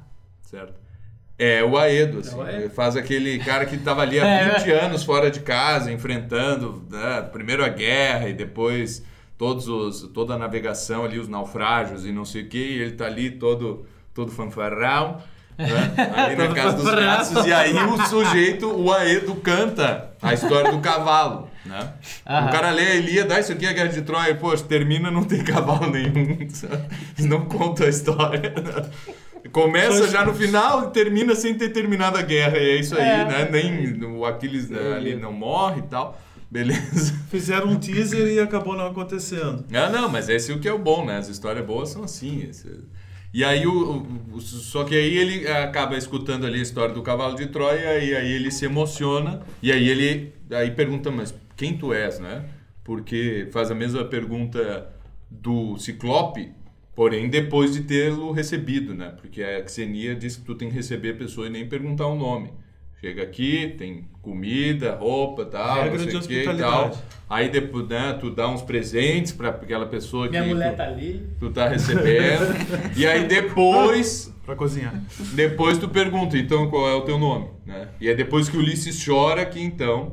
certo? É o Aedo, assim. É o Aedo. Ele faz aquele cara que estava ali há É. vinte anos fora de casa, enfrentando, né, primeiro a guerra e depois todos os, toda a navegação ali, os naufrágios e não sei o que, e ele tá ali todo, todo fanfarrão, né, ali na casa dos gatos, e aí o sujeito, o Aedo, canta a história do cavalo, né? Aham. O cara lê a Ilíada, isso aqui é a Guerra de Troia, e, poxa, termina, não tem cavalo nenhum, sabe? Não conta a história, né? Começa já no final e termina sem ter terminado a guerra, e é isso aí, É. né? Nem o Aquiles, né, ali não morre e tal, beleza. Fizeram um teaser e acabou não acontecendo. Ah, não, mas esse é o que é o bom, né? As histórias boas são assim. Esse... E aí, o, o- o- só que aí ele acaba escutando ali a história do cavalo de Troia e aí ele se emociona e aí ele aí pergunta, mas quem tu és, né? Porque faz a mesma pergunta do Ciclope, porém depois de tê-lo recebido, né? Porque a Xenia diz que tu tem que receber a pessoa e nem perguntar o nome. Chega aqui, tem comida, roupa, tal, Regra não sei de o que e tal. hospitalidade. Aí depois, né, tu dá uns presentes para aquela pessoa Minha que mulher tu, tá ali. tu tá recebendo. E aí depois, Pra cozinhar. depois tu pergunta, então, qual é o teu nome, né? E é depois que o Ulisses chora que então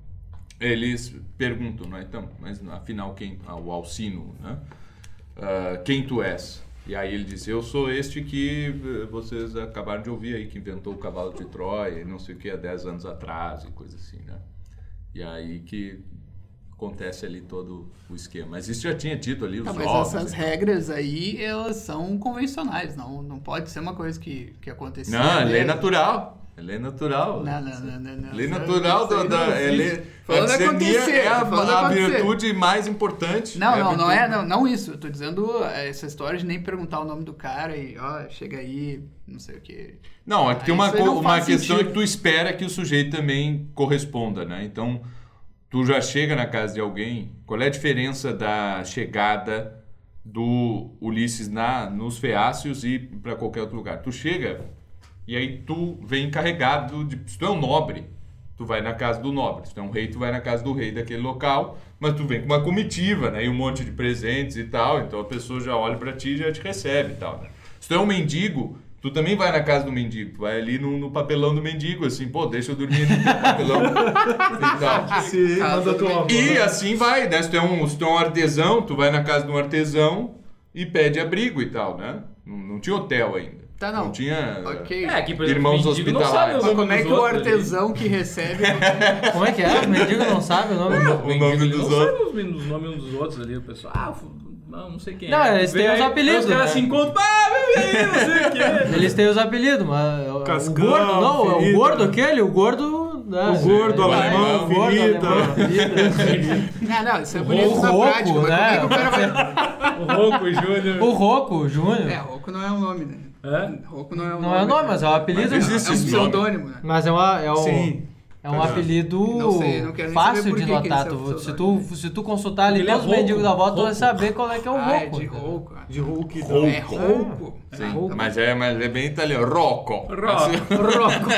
eles perguntam, né? Então, mas afinal quem? Ah, o Alcino, né? Ah, quem tu és? E aí ele disse, eu sou este que eh, vocês acabaram de ouvir aí, que inventou o cavalo de Troia e não sei o que, há dez anos atrás e coisa assim, né? E aí que acontece ali todo o esquema. Mas isso já tinha tido ali os Tá, mas ovos, essas né? regras aí, elas são convencionais, não, não pode ser uma coisa que, que acontecia. Não, é lei mesmo. natural. É lei natural. Não, não, não, não, não. Lei Isso- natural isso da... aí da não é existe. lei, Falando a xenia acontecer, é a, falando a acontecer. virtude mais importante. Não, a não, não virtude- é, não, não isso. Eu tô dizendo essa história de nem perguntar o nome do cara e, ó, chega aí, não sei o quê. Não, é que tem Ah, uma, isso aí co- não uma faz questão é sentido. que tu espera que o sujeito também corresponda, né? Então, tu já chega na casa de alguém, qual é a diferença da chegada do Ulisses na, nos Feácios e para qualquer outro lugar? Tu chega e aí tu vem carregado de... Se tu é um nobre, tu vai na casa do nobre. Se tu é um rei, tu vai na casa do rei daquele local, mas tu vem com uma comitiva, né? E um monte de presentes e tal, então a pessoa já olha para ti e já te recebe e tal, né? Se tu é um mendigo, tu também vai na casa do mendigo, tu vai ali no, no papelão do mendigo, assim, pô, deixa eu dormir ali no teu papelão e tal. Se Casa manda do tua avó. E assim vai, né? Se tu, é um, se tu é um artesão, tu vai na casa de um artesão e pede abrigo e tal, né? Não, não tinha hotel ainda. Tá, não. Não tinha... Ok. É, aqui, por exemplo, Irmãos mendigo não hospitalares. sabe o Mas nome como é dos que o outros ali. artesão que recebe... Como é que é? O mendigo não sabe o nome? O O nome mendigo, ele dos não outros. sabe os, men- os nomes uns dos outros ali, o pessoal. Ah, fu- não, não sei quem Não, é. eles têm Vem os aí, apelidos, Os caras né? se encontram. Ah, meu, e aí, não sei o que. Eles têm os apelidos, mas o Cascão, gordo, não, é o Ferida. gordo aquele, o gordo... né? O gordo, É, o é, alemão, o gordo, Ferida. alemão, Ferida. Não, não, isso é O bonito na Roco, prática, mas né? como é que o cara vai... O Ronco, o Júnior. O Roco, o Júnior. É, Roco não é um nome, né? Hã? Roco não é um Não nome. é o nome, mas é o apelido. Mas né? existe É um esse nome. pseudônimo, né? Mas é, uma, é um, Sim. é um Tá. apelido Não sei, não quero nem fácil saber por de que que notar. esse é o Tu- se, pseudônimo. tu, se tu consultar ali Ele é todos os mendigos Roco, da volta, tu vai Roco. saber qual é que é o Ah, é Roco. de entendeu? Roco. De Hulk. Rouco. É Roco. Sim, Ah, tá bom. mas é, mas é bem italiano. Rocco. Rocco. Roco.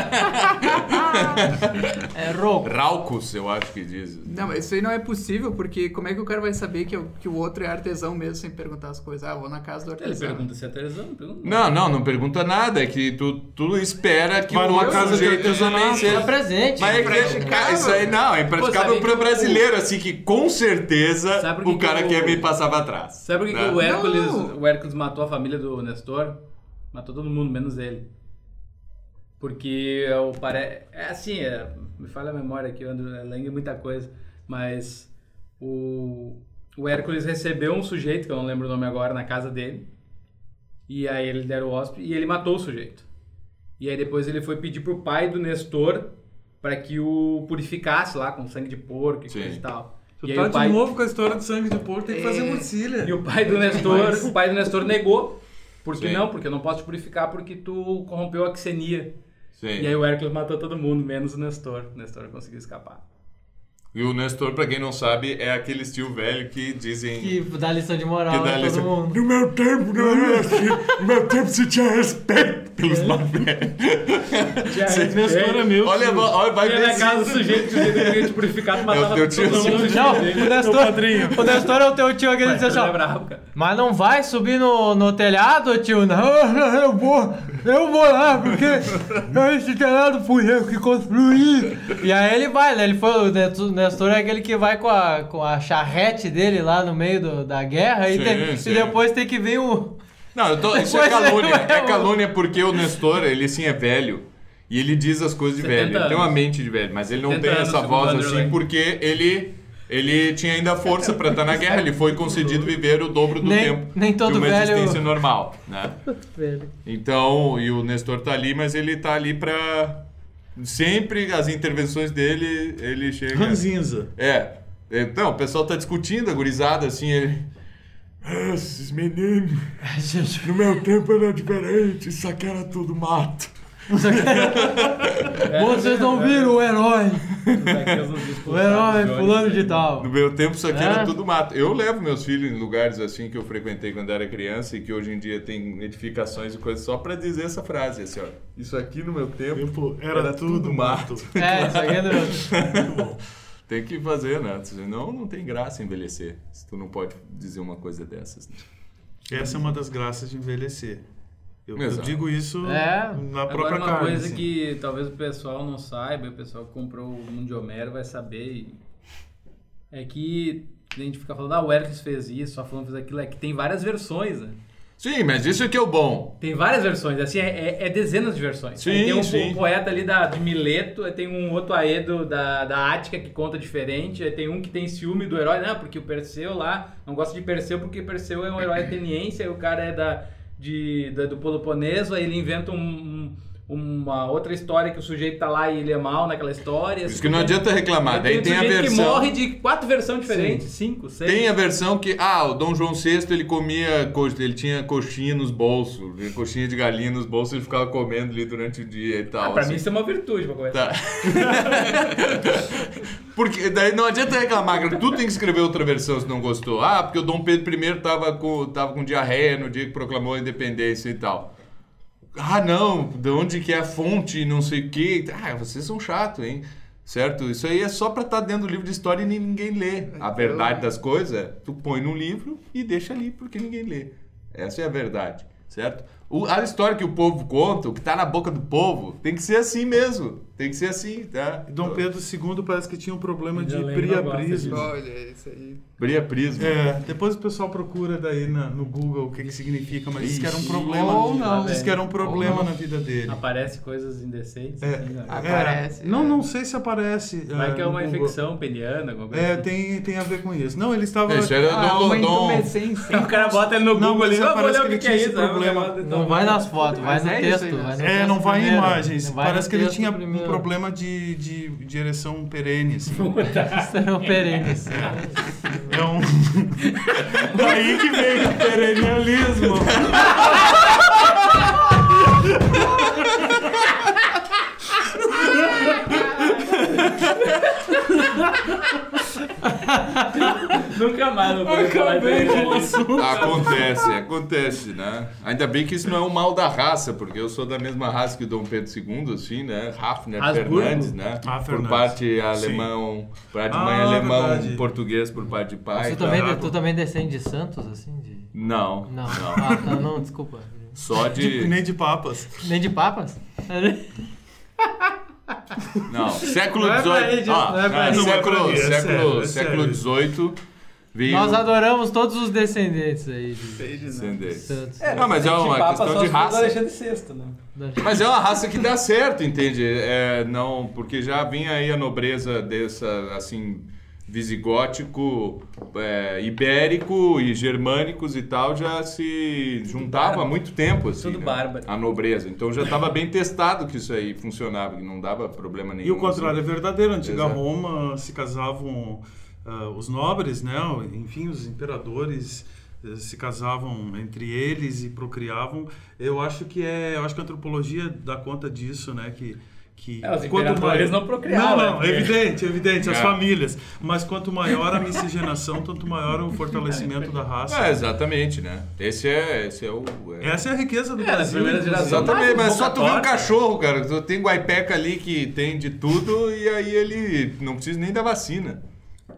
É Roco. Raucus, eu acho que diz. Não, mas isso aí não é possível, porque como é que o cara vai saber que, o- que o outro é artesão mesmo sem perguntar as coisas? Ah, vou na casa do Ele artesão. pergunta se é artesão, pergunta. Não, não, não pergunta nada. É que tu, tu espera que Vai o numa outro casa de sujeito também artesanato. seja... É presente. Mas é que, impraticável. cara, isso aí não, é impraticável Pô, sabe pro que o- brasileiro, assim, que com certeza Sabe por que o cara que quer o- me passar pra trás. Sabe por que, né? que o Hércules, Não. o Hércules matou a família do Nestor? Matou todo mundo, menos ele. Porque o pare... é assim, é, me falha a memória aqui, eu ando lendo muita coisa, mas o, o Hércules recebeu um sujeito, que eu não lembro o nome agora, na casa dele, e aí ele deram o hóspede e ele matou o sujeito. E aí depois ele foi pedir pro pai do Nestor para que o purificasse lá com sangue de porco e Sim. coisa e tal. Tu e aí tá o pai... de novo com a história de sangue de porco, tem que fazer É. murcilha. E o pai do Nestor, o pai do Nestor negou. Por que Sim. não? Porque eu não posso te purificar porque tu corrompeu a Xenia. Sim. E aí o Hércules matou todo mundo, menos o Nestor. O Nestor conseguiu escapar. E o Nestor, pra quem não sabe, é aquele tio velho que dizem... Que dá lição de moral Que a dá todo lição. mundo. No meu tempo não era assim. No meu tempo se tinha respeito pelos mais velhos. Nestor é meu. Olha, tio. olha, vai Vai ver na se- casa do sujeito que o sujeito queria te purificar, tu matava teu tio, todo sim. mundo. Não, o Meu Nestor, padrinho. o Nestor é o teu tio, aquele que diz assim, Ele é ó, bravo, cara. Mas não vai subir no, no telhado, tio? Não, eu vou, eu vou lá, porque esse telhado fui eu que construí. E aí ele vai, né? Ele foi, o Nestor é aquele que vai com a, com a charrete dele lá no meio do, da guerra e, Sim, tem, sim. e depois tem que vir o... Não, eu tô, isso é Depois calúnia. eu- É calúnia porque o Nestor, ele sim é velho. E ele diz as coisas de velho. Ele tem uma mente de velho, mas ele não tem setenta essa anos, voz segundo assim Underline. porque ele, ele tinha ainda força pra estar na guerra. Ele foi concedido viver o dobro do Nem- tempo nem todo de uma velho- existência normal, né? Então, e o Nestor tá ali, mas ele tá ali pra... Sempre as intervenções dele, ele chega... Ranzinza. É. Então, o pessoal tá discutindo, a gurizada, assim, ele... "Ah, esses meninos, no meu tempo era diferente, isso aqui era tudo mato." Vocês não viram o herói. O herói fulano de No tal. meu tempo isso aqui É? era tudo mato. Eu levo meus filhos em lugares assim que eu frequentei quando era criança e que hoje em dia tem edificações e coisas só pra dizer essa frase, assim, ó. Isso aqui no meu tempo Tempo era, tudo mato. É, isso aqui é do... Muito bom. Tem que fazer, né? Senão não tem graça envelhecer. Se tu não pode dizer uma coisa dessas. Né? Essa é uma das graças de envelhecer. Eu, eu Exato. digo isso É. na própria Agora, uma carne. coisa assim. que talvez o pessoal não saiba, o pessoal que comprou o Mundo de Homero vai saber, e- é que a gente fica falando, ah, o Hércules fez isso, só falando fez aquilo, é que tem várias versões, né? Sim, mas isso aqui é o bom. Tem várias versões, assim, é, é- é dezenas de versões. Sim, Aí tem um, sim. po- poeta ali da, de Mileto, aí tem um outro Aedo da, da Ática que conta diferente, aí tem um que tem ciúme do herói, né? Porque o Perseu lá não gosta de Perseu porque Perseu é um herói ateniense, aí o cara é da, de, da- do Peloponeso, aí ele inventa um, um- uma outra história que o sujeito tá lá e ele é mal naquela história. Por assim, isso que não tem- adianta reclamar. aí Daí um tem a sujeito versão... que morre de quatro versões diferentes, cinco, seis. Tem a versão que, ah, o Dom João sexto ele comia, co- ele tinha coxinha nos bolsos, coxinha de galinha nos bolsos, ele ficava comendo ali durante o dia e tal. Ah, pra assim. mim isso é uma virtude, pra começar. Tá. Porque daí não adianta reclamar, cara. Tu tem que escrever outra versão se não gostou. Ah, porque o Dom Pedro primeiro tava com, tava com diarreia no dia que proclamou a independência e tal. Ah, não, de onde que é a fonte, não sei o quê. Ah, vocês são chatos, hein? Certo? Isso aí é só pra estar dentro do livro de história e nem ninguém lê. A verdade das coisas é, tu põe num livro e deixa ali porque ninguém lê. Essa é a verdade, certo? O, a história que o povo conta, o que tá na boca do povo, tem que ser assim mesmo. Tem que ser assim, tá? Dom Pedro segundo parece que tinha um problema de Já lembro, eu gosto priabrismo. Olha, isso aí. Bria Prisma. É, depois o pessoal procura daí na- no Google o que que significa, mas diz que era um Ixi. problema. Ou não. Diz que era um problema Ou na vida dele. Aparece coisas indecentes. É. assim, né? Ah, Aparece, É, não, é. não sei se aparece. Vai que é no uma Google. infecção peniana, alguma coisa É, assim. tem, tem a ver com isso. Não, ele estava. Isso era Ah, Dom, uma Dom, intumescência. O cara bota ele no Não, Google mas ali, ah, vou parece olhar o que que, ele que é tinha isso. esse problema. Ah, Não vai nas fotos, vai Mas no é isso texto. aí, vai mas- no É, texto não vai em primeiro. imagens. Vai Parece no que ele texto tinha primeiro. um problema de, de, de ereção perene, assim. Isso era um perene. É um. Daí que vem o perennialismo. Nunca mais não vou falar disso. Acontece, acontece, né? Ainda bem que isso não é um mal da raça, porque eu sou da mesma raça que o Dom Pedro segundo, assim, né? Hafner Habsburgo? Fernandes, né? Ah, por Fernandes. parte alemão, por parte de mãe Ah, alemão, verdade. português por parte de pai. Tu tá? também, tu também descende de Santos, assim? De... Não, Não. não. Ah, tá, não, desculpa. Só De, de... nem de papas. Nem de papas? Não, século Não é pra dezoito. aí, Ó, não é pra não, aí. Não é século, pra aí, é século, sério, é século sério. dezoito veio... Nós adoramos todos os descendentes aí de Sei de nada. Descendentes. Santos. Não, mas é uma questão de raça. Alexandre sexto, né? Mas é uma raça que dá certo, entende? É, não, porque já vinha aí a nobreza dessa, assim, visigótico, é, ibérico e germânicos e tal, já se juntava há muito tempo, assim, Tudo né? bárbaro. A nobreza. Então já estava bem testado que isso aí funcionava, que não dava problema nenhum. E o contrário é assim. verdadeiro. A antiga Exato. Roma se casavam ah, os nobres, né? Enfim, os imperadores eh, se casavam entre eles e procriavam. Eu acho que é, eu acho que a antropologia dá conta disso, né? Que que É, os quanto imperadores não procriavam, Não, não, né? evidente, evidente, as É. famílias. Mas quanto maior a miscigenação, tanto maior o fortalecimento da raça. É, exatamente, né? Esse é, esse é o... é- Essa é a riqueza do É, nas Brasil. primeiras inclusive. gerações. Exatamente, mas só tu vê um Boca torta. cachorro, cara. Tu tem guaipeca ali que tem de tudo e aí ele não precisa nem da vacina.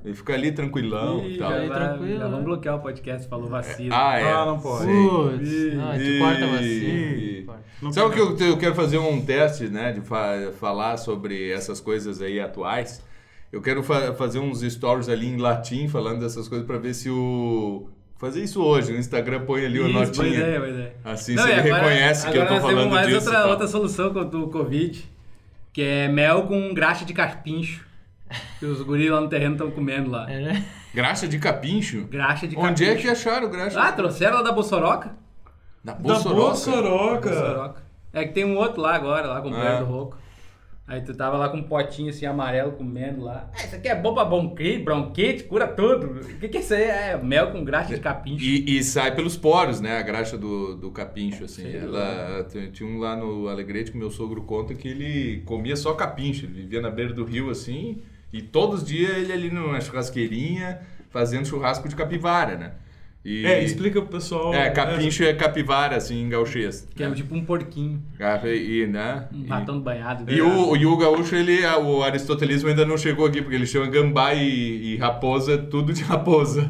Ele fica ali tranquilão e Ih, tal. já, Aí, vai- tranquilo, já né? vamos bloquear o podcast, falou vacilo. Ah, é. Ah, não pode. Putz, Ih, não, ih, tu corta a vacina. ih. Corta. Não Sabe o que pega. eu, eu quero fazer um teste, né? De fa- falar sobre essas coisas aí atuais. Eu quero fa- fazer uns stories ali em latim falando dessas coisas pra ver se o... Fazer isso hoje, o Instagram põe ali uma Isso, boa notinha. ideia, boa ideia. Assim, Não, se e ele agora- reconhece que eu tô agora nós falando temos mais disso. e outra, tal. outra solução contra o Covid, que é mel com graxa de carpincho. Que os guris lá no terreno estão comendo lá. É, né? Graxa de capincho? Graxa de Onde é carpincho. que acharam graxa? Ah, trouxeram lá da Bossoroca? Da Da Bossoroca. Bossoroca. Bossoroca. É que tem um outro lá agora, lá com o Ah. Pedro do Roco. Aí tu tava lá com um potinho assim amarelo comendo lá. Ah, isso aqui é bom pra bronquite, bronquite, cura tudo. O que que é isso aí? É mel com graxa de capincho. E, e sai pelos poros, né? A graxa do, do capincho, assim. Sei Ela, tem- tinha um lá no Alegrete que meu sogro conta que ele comia só capincho. Ele vivia na beira do rio, assim, e todos os dias ele ali numa churrasqueirinha fazendo churrasco de capivara, né? E, É, explica pro pessoal. É, capincho é capivara, assim, em gauchês. Que é né? tipo um porquinho, E, né? um E- ratão banhado. E o, e o gaúcho, ele, o aristotelismo ainda não chegou aqui, porque ele chama gambá e, e raposa, tudo de raposa.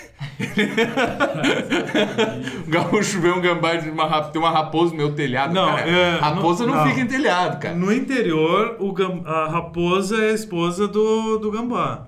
O gaúcho vê um gambá de uma, rap- tem uma raposa no meu telhado. Não, cara, é, raposa não, não, não. fica em telhado, cara. No interior, o gam- a raposa é a esposa do, do gambá.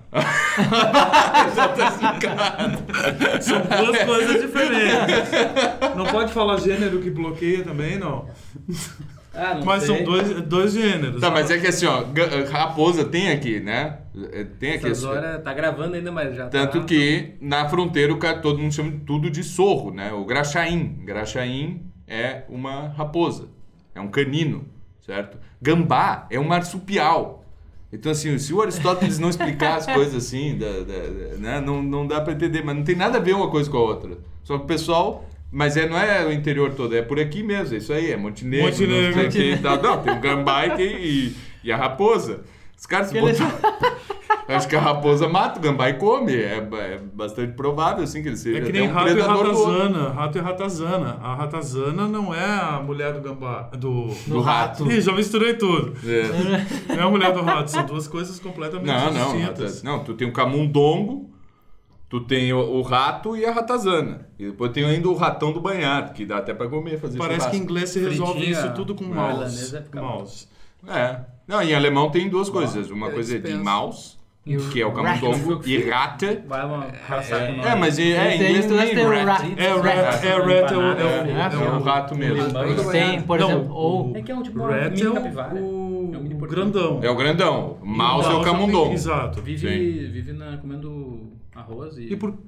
Já tá explicado. São duas coisas diferentes. Não pode falar gênero que bloqueia também, não. Ah, não Mas sei. são dois, dois gêneros. Tá, mas é que assim, ó, ga- raposa tem aqui, né? É, Tem aqui. Essas esse- horas tá gravando ainda, mas já Tanto tá... que na fronteira o cara, todo mundo chama tudo de sorro, né? O graxaim. Graxaim é uma raposa, é um canino, certo? Gambá é um marsupial. Então, assim, se o Aristóteles não explicar as coisas assim, da, da- da- né? não, não dá pra entender, mas não tem nada a ver uma coisa com a outra. Só que o pessoal. Mas é, não é o interior todo, é por aqui mesmo, é isso aí, é Montenegro, Montenegro. não sei o que e tal. Não, tem o gambá e, tem, e, e a raposa. Os caras se Eles- botam... Acho que a raposa mata o gambá e come. É, é bastante provável, assim, que ele seja É que até nem um rato e predador do outro. ratazana. Rato e ratazana. A ratazana não é a mulher do gambá. Do, Do rato. Ih, já misturei tudo. É. Não é a mulher do rato, são duas coisas completamente Não, não, distintas. rata- não. Tu tem o camundongo, tu tem o, o rato e a ratazana. E depois tem ainda o ratão do banhado, que dá até pra comer, fazer Parece que em churrasco. inglês se resolve Fritinha, isso tudo com a mouse. irlandesa fica bom. mouse. É. Não, em alemão tem duas coisas. Uma eu coisa é de dispenso. mouse, E o que é o rat. camundongo, e rata. Vai uma passar com o nome. É, mas em, é, em Tem inglês inglês também tem o rat. rat. É, rat, é, rat é, o- É, é, é o- o rato mesmo. Limão. Tem, por Não, exemplo, ou... É que é um tipo uma Rat mini é o, capivara. o, É um mini o porquinho. grandão. É o grandão. Mouse é o Mouse camundongo. Exato. Vive, vive na, comendo arroz e... E por...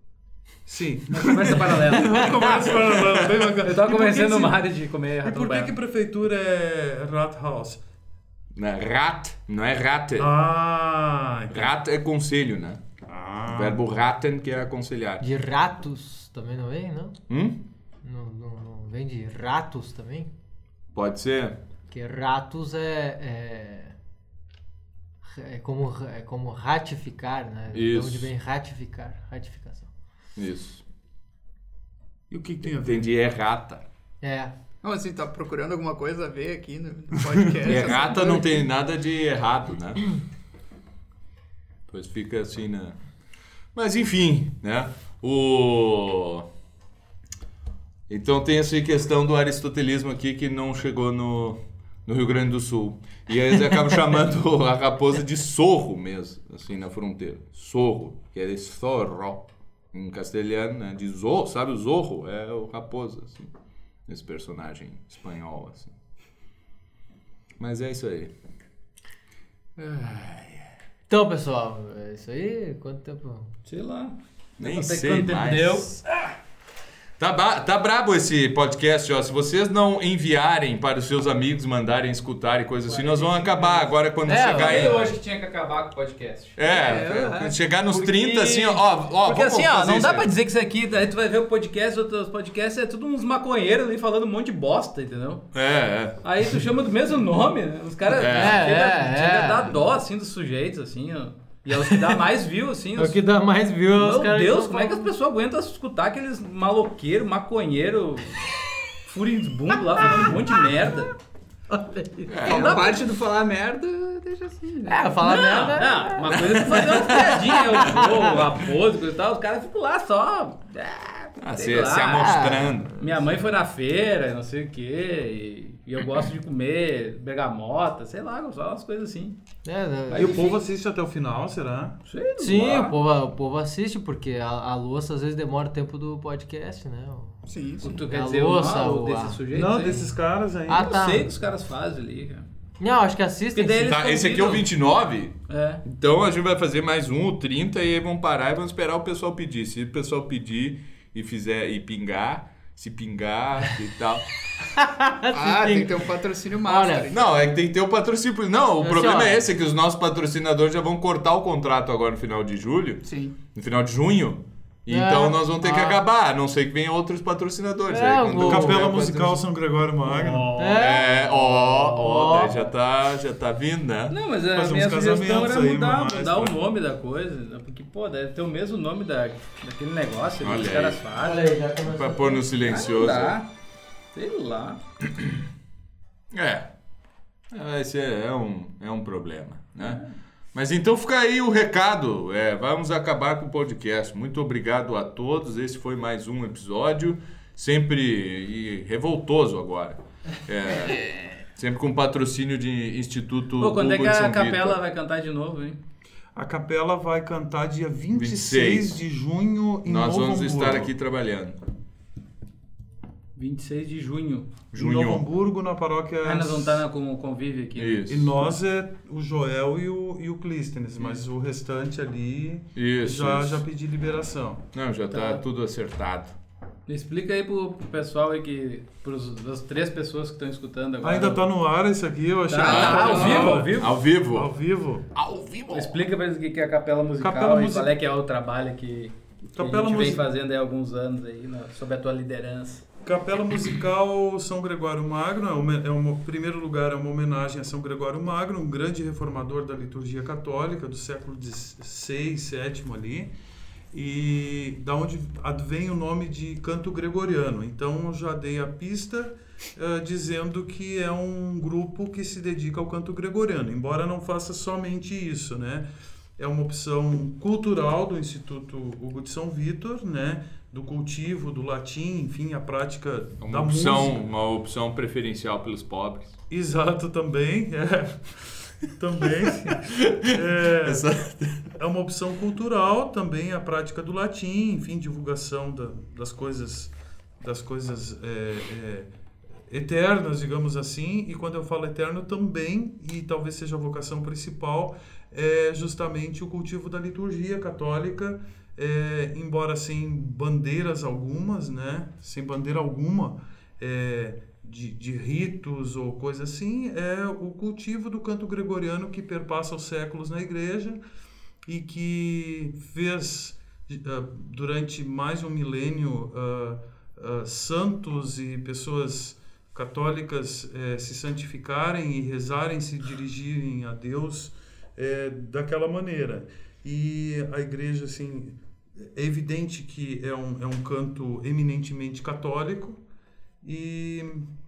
Sim. Conversa paralela. Conversa paralela, bem bacana. Eu tava E por que convencendo o esse- Mário de comer E ratão por que banhado. que prefeitura é rat house? Né? Rat, não é rata. Ah, entendi. Rat é conselho, né? Ah. O verbo raten, que é aconselhar. De ratos também não vem, não? Hum? Não, não, não vem de ratos também? Pode ser. Porque ratos é... É, é, como, é como ratificar, né? De Isso. onde vem ratificar, ratificação. Isso. E o que, que tem a ver? Entendi, é rata. É, Não, assim, tá procurando alguma coisa a ver aqui no no podcast. É essa rata coisa. não tem nada de errado, né? Pois fica assim, né? Mas enfim, né? O... Então tem essa questão do aristotelismo aqui que não chegou no, no Rio Grande do Sul. E aí eles acabam chamando a raposa de sorro mesmo, assim, na fronteira. Sorro, que é de zorro. Em castelhano, né? De zorro, sabe o zorro? É o raposa, assim. Esse personagem espanhol, assim. Mas é isso aí. então, pessoal, é isso aí. Quanto tempo? Sei lá. Nem Até sei quanto tempo mais. deu. Tá, ba- tá brabo esse podcast, ó. Se vocês não enviarem para os seus amigos, mandarem escutar e coisas assim, nós vamos acabar agora quando É, chegar eu em... hoje que tinha que acabar com o podcast. É, É, quando é. chegar nos Porque- trinta, assim, ó, ó, ó, Porque vamos assim, ó, fazer não isso dá aí. pra dizer que isso aqui, daí tu vai ver o podcast, outros podcasts, é tudo uns maconheiros ali falando um monte de bosta, entendeu? É, é. Aí tu chama do mesmo nome, né? Os caras É. chega, É, chega é. a dar dó, assim, dos sujeitos, assim, ó. E é os que dá mais view, assim. É Os... o que dá mais view é os Meu caras. Deus, que como é que as pessoas aguentam escutar aqueles maloqueiros, maconheiros, furibundo lá falando um monte de merda? É, a parte do falar merda, deixa assim, né? É, falar Não, merda. não, uma coisa é tu fazer umas piadinhas, o show, a pose, coisa e tal, os caras ficam lá só. É, Ah, sei se, lá. se amostrando. Minha mãe foi na feira, não sei o quê, e, e eu gosto de comer bergamota, sei lá, só umas coisas assim. É, né? Aí o povo assiste até o final, será? Sei Sim, lá. o povo, o povo assiste, porque a, a louça às vezes demora o tempo do podcast, né? Sim, sim. Tu A quer dizer louça, o o- desse a- sujeito? Não, aí? desses caras aí. Ah, Eu tá. sei que os caras fazem ali, cara. Não, acho que assistem. E daí sim. eles- Tá, esse aqui é o vinte e nove. É. Então a gente vai fazer mais um, o trinta, e aí vamos parar e vamos esperar o pessoal pedir. Se o pessoal pedir e fizer e pingar, se pingar e tal. Ah, tem que ter um patrocínio master. Olha, hein? Não, é que tem que ter o patrocínio. Não, o Assim, problema ó. é esse, é que os nossos patrocinadores já vão cortar o contrato agora no final de julho, Sim. no final de junho. É, Então nós vamos ter que ah. acabar, a não ser que venham outros patrocinadores. É, Aí, o quando Capela tiver Musical patrocínio- São Gregório Magno. É. É, ó, ó, Ó. daí já tá, já tá vindo, né? Não, mas a Fazer minha uns sugestão casamentos era aí, mudar, mais, mudar o pô. nome da coisa, né? Porque, pô, deve ter o mesmo nome da, daquele negócio ali Olha que os aí. caras fazem. Olha aí, já começou. Pra pôr no Ah, não silencioso. dá. Sei lá. É. É, Esse é, é um, é um problema, né? Mas então fica aí o recado. É, vamos acabar com o podcast. Muito obrigado a todos. Esse foi mais um episódio. Sempre e revoltoso agora. É, sempre com patrocínio de Instituto Pô, quando é Hugo que de a São capela Vitor. vai cantar de novo, hein? A capela vai cantar dia vinte e vinte e seis seis de junho em Nós Novo vamos Hamburgo. estar aqui trabalhando. vinte e seis de junho. Em Novo Junho. Hamburgo, na paróquia... Ah, nós vamos estar na, com convívio aqui. né? Isso. E nós é o Joel e o, e o Clístenes, mas o restante ali Isso, já, isso. já pedi liberação. Não, já tá Tá. tudo acertado. Explica aí pro, pro pessoal aí que... Pros, das três pessoas que estão escutando agora. Ainda tá no ar esse aqui, eu achei Tá, que tá, tava ao no vivo, ar. ao vivo. Ao vivo. Ao vivo. Ao vivo. Explica pra eles o que que é a capela musical Capela e musi- qual é que é o trabalho que, que Capela a gente vem musi- fazendo aí há alguns anos aí, na- sob a tua liderança. Capela Musical São Gregório Magno, é uma, é uma, em primeiro lugar, é uma homenagem a São Gregório Magno, um grande reformador da liturgia católica do século seis, sétimo ali, e da onde advém o nome de canto gregoriano. Então eu já dei a pista eh, dizendo que é um grupo que se dedica ao canto gregoriano, embora não faça somente isso, né? É uma opção cultural do Instituto Hugo de São Vitor, né? Do cultivo, do latim, enfim, a prática Uma da opção, música. uma opção preferencial pelos pobres. Exato, também. É. Também. É, Essa- é uma opção cultural também a prática do latim, enfim, divulgação da- das coisas, das coisas é, é, eternas, digamos assim. E quando eu falo eterno também, e talvez seja a vocação principal, é justamente o cultivo da liturgia católica, é, embora sem bandeiras algumas, né? Sem bandeira alguma, é, de, de ritos ou coisa assim, é o cultivo do canto gregoriano que perpassa os séculos na igreja e que fez, uh, durante mais de um milênio, uh, uh, santos e pessoas católicas eh, se santificarem e rezarem, se dirigirem a Deus eh, daquela maneira. E a igreja, assim, é evidente que é um, é um canto eminentemente católico, e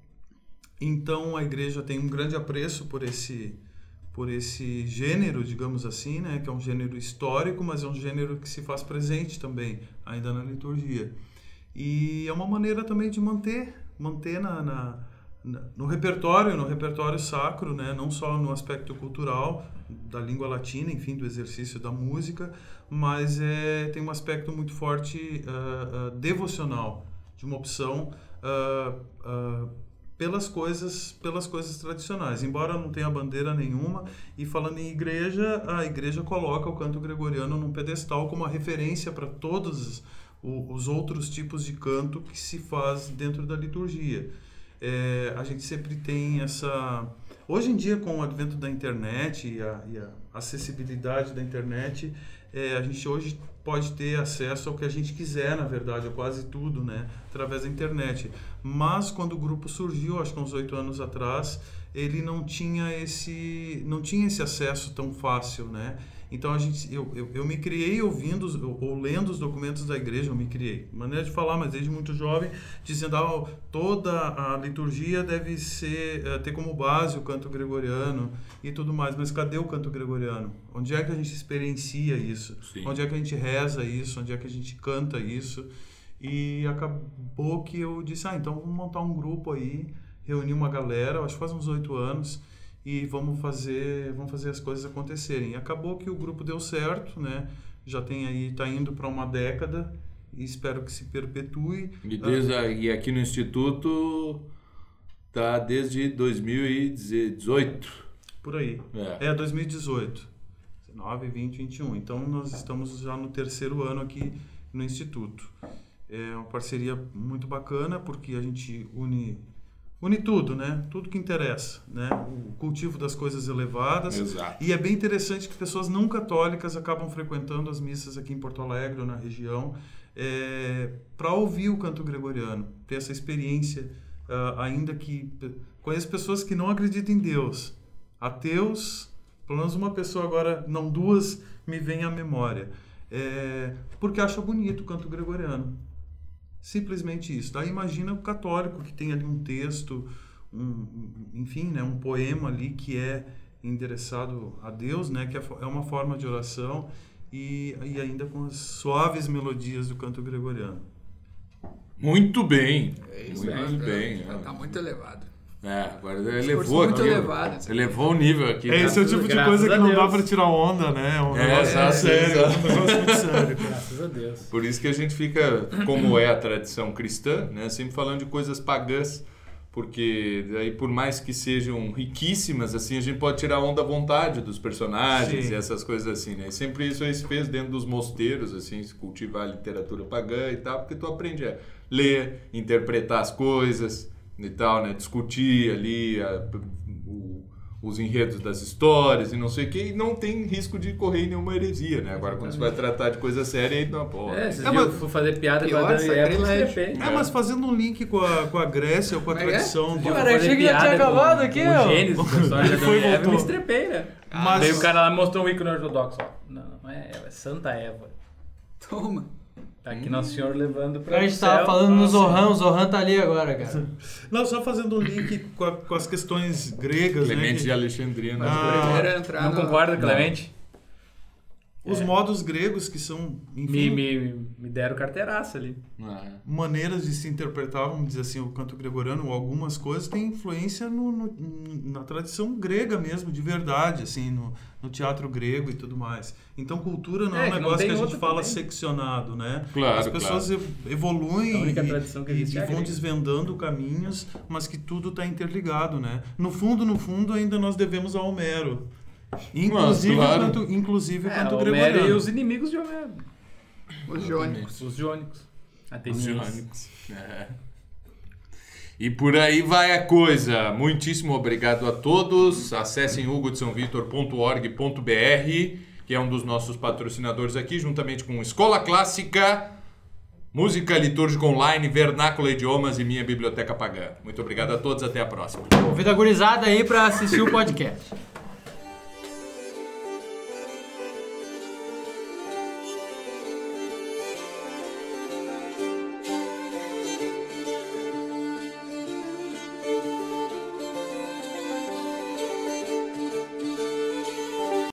então a igreja tem um grande apreço por esse, por esse gênero, digamos assim, né, que é um gênero histórico, mas é um gênero que se faz presente também, ainda na liturgia. E é uma maneira também de manter, manter na, na, na, no repertório, no repertório sacro, né, não só no aspecto cultural, da língua latina, enfim, do exercício da música, mas é, tem um aspecto muito forte uh, uh, devocional, de uma opção uh, uh, pelas coisas, pelas coisas tradicionais, embora não tenha bandeira nenhuma. E falando em igreja, a igreja coloca o canto gregoriano num pedestal como a referência para todos o, os outros tipos de canto que se faz dentro da liturgia. É, a gente sempre tem essa... Hoje em dia, com o advento da internet e a, e a acessibilidade da internet, é, a gente hoje pode ter acesso ao que a gente quiser, na verdade, a quase tudo, né, através da internet. Mas quando o grupo surgiu, acho que uns oito anos atrás, ele não tinha esse, não tinha esse acesso tão fácil, né? Então, a gente, eu, eu, eu me criei ouvindo os- ou, ou lendo os documentos da igreja, eu me criei. Maneira de falar, mas desde muito jovem, dizendo ah, toda a liturgia deve ser, eh, ter como base o canto gregoriano e tudo mais. Mas cadê o canto gregoriano? Onde é que a gente experiencia isso? Sim. Onde é que a gente reza isso? Onde é que a gente canta isso? E acabou que eu disse, ah, então vamos montar um grupo aí, reunir uma galera, acho que faz uns oito anos, e vamos fazer, vamos fazer as coisas acontecerem. E acabou que o grupo deu certo, né? Já tem aí, tá indo para uma década e espero que se perpetue. E, desde a- e aqui no Instituto tá desde dois mil e dezoito. Por aí. É. É, dois mil e dezoito. dezenove, vinte, vinte e um. Então nós estamos já no terceiro ano aqui no Instituto. É uma parceria muito bacana porque a gente une une tudo, né? Tudo que interessa, né? O cultivo das coisas elevadas. Exato. E é bem interessante que pessoas não católicas acabam frequentando as missas aqui em Porto Alegre ou na região é, para ouvir o canto gregoriano, ter essa experiência, ah, ainda que conheço pessoas que não acreditam em Deus, ateus, pelo menos uma pessoa agora, não duas, me vem à memória, é, porque acha bonito o canto gregoriano. Simplesmente isso. Daí imagina o católico que tem ali um texto, um, enfim, né, um poema ali que é endereçado a Deus, né, que é fo- é uma forma de oração e, e ainda com as suaves melodias do canto gregoriano. Muito bem. É isso, muito né? bem. Já tá muito elevado. É, agora ele Discurso elevou muito aqui. elevado, assim. Elevou o nível aqui. É, esse é o tipo de Graças coisa que a não dá Deus. para tirar onda, né? É um É, negócio exato, muito sério, é exato. um negócio muito sério. Graças a Deus. Por isso que a gente fica, como é a tradição cristã, né, sempre falando de coisas pagãs, porque daí por mais que sejam riquíssimas, assim, a gente pode tirar onda à vontade dos personagens Sim. e essas coisas assim, né? E sempre isso aí se fez dentro dos mosteiros, assim, se cultivar a literatura pagã e tal, porque tu aprende a ler, interpretar as coisas e tal, né? Discutir ali a- o- os enredos das histórias e não sei o que, e não tem risco de correr em nenhuma heresia, né? Agora, quando você vai tratar de coisa séria, aí não, pô. É, esses É, dias mas- eu fui fazer piada com a Pior, Adão e Eva, eu sacrilégio. estrepei. É, mas fazendo um link com a, com a Grécia ou com a Como é que é? tradição do... Eu Cara, fui eu fazer achei que já piada tinha com- acabado aqui, com ó. o Gênesis, da história de Adão Foi, e Eva, eu me voltou. estrepei, né? Mas- Daí o cara lá mostrou um ícone ortodoxo, ó. Não, não é Eva, é Santa Eva. Toma. Tá aqui Nosso Senhor levando pra A gente tava falando no Zohan, o Zohan tá ali agora, cara. Não, só fazendo um link com, a- com as questões gregas, né? Clemente que- de Alexandria, né? Mas Ah, o primeiro é entrar Não no- concorda, Clemente? Os modos gregos que são, Me, enfim, me, me deram carteiraça ali. É. maneiras de se interpretar, vamos dizer assim, o canto gregoriano, ou algumas coisas têm influência no, no- na tradição grega mesmo, de verdade, assim, no, no teatro grego e tudo mais. Então, cultura não é, É, um que não negócio tem que a gente outra fala também. seccionado, né? Claro, As pessoas ev- evoluem A única e, tradição que e- existe e é a vão grega. desvendando caminhos, mas que tudo está interligado, né? No fundo, no fundo, ainda nós devemos a Homero. Inclusive, Mas, o claro. canto, inclusive o É, canto Homero gregoriano. e os inimigos de Homero. Os jônicos. Os jônicos. Os Atenienses. jônicos. É. E por aí vai a coisa. Muitíssimo obrigado a todos. Acessem hugo de são vitor ponto org ponto br, que é um dos nossos patrocinadores aqui, juntamente com Escola Clássica, Música Litúrgica Online, Vernáculo Idiomas e Minha Biblioteca Pagã. Muito obrigado a todos. Até a próxima. Convida a gurizada aí pra assistir o podcast.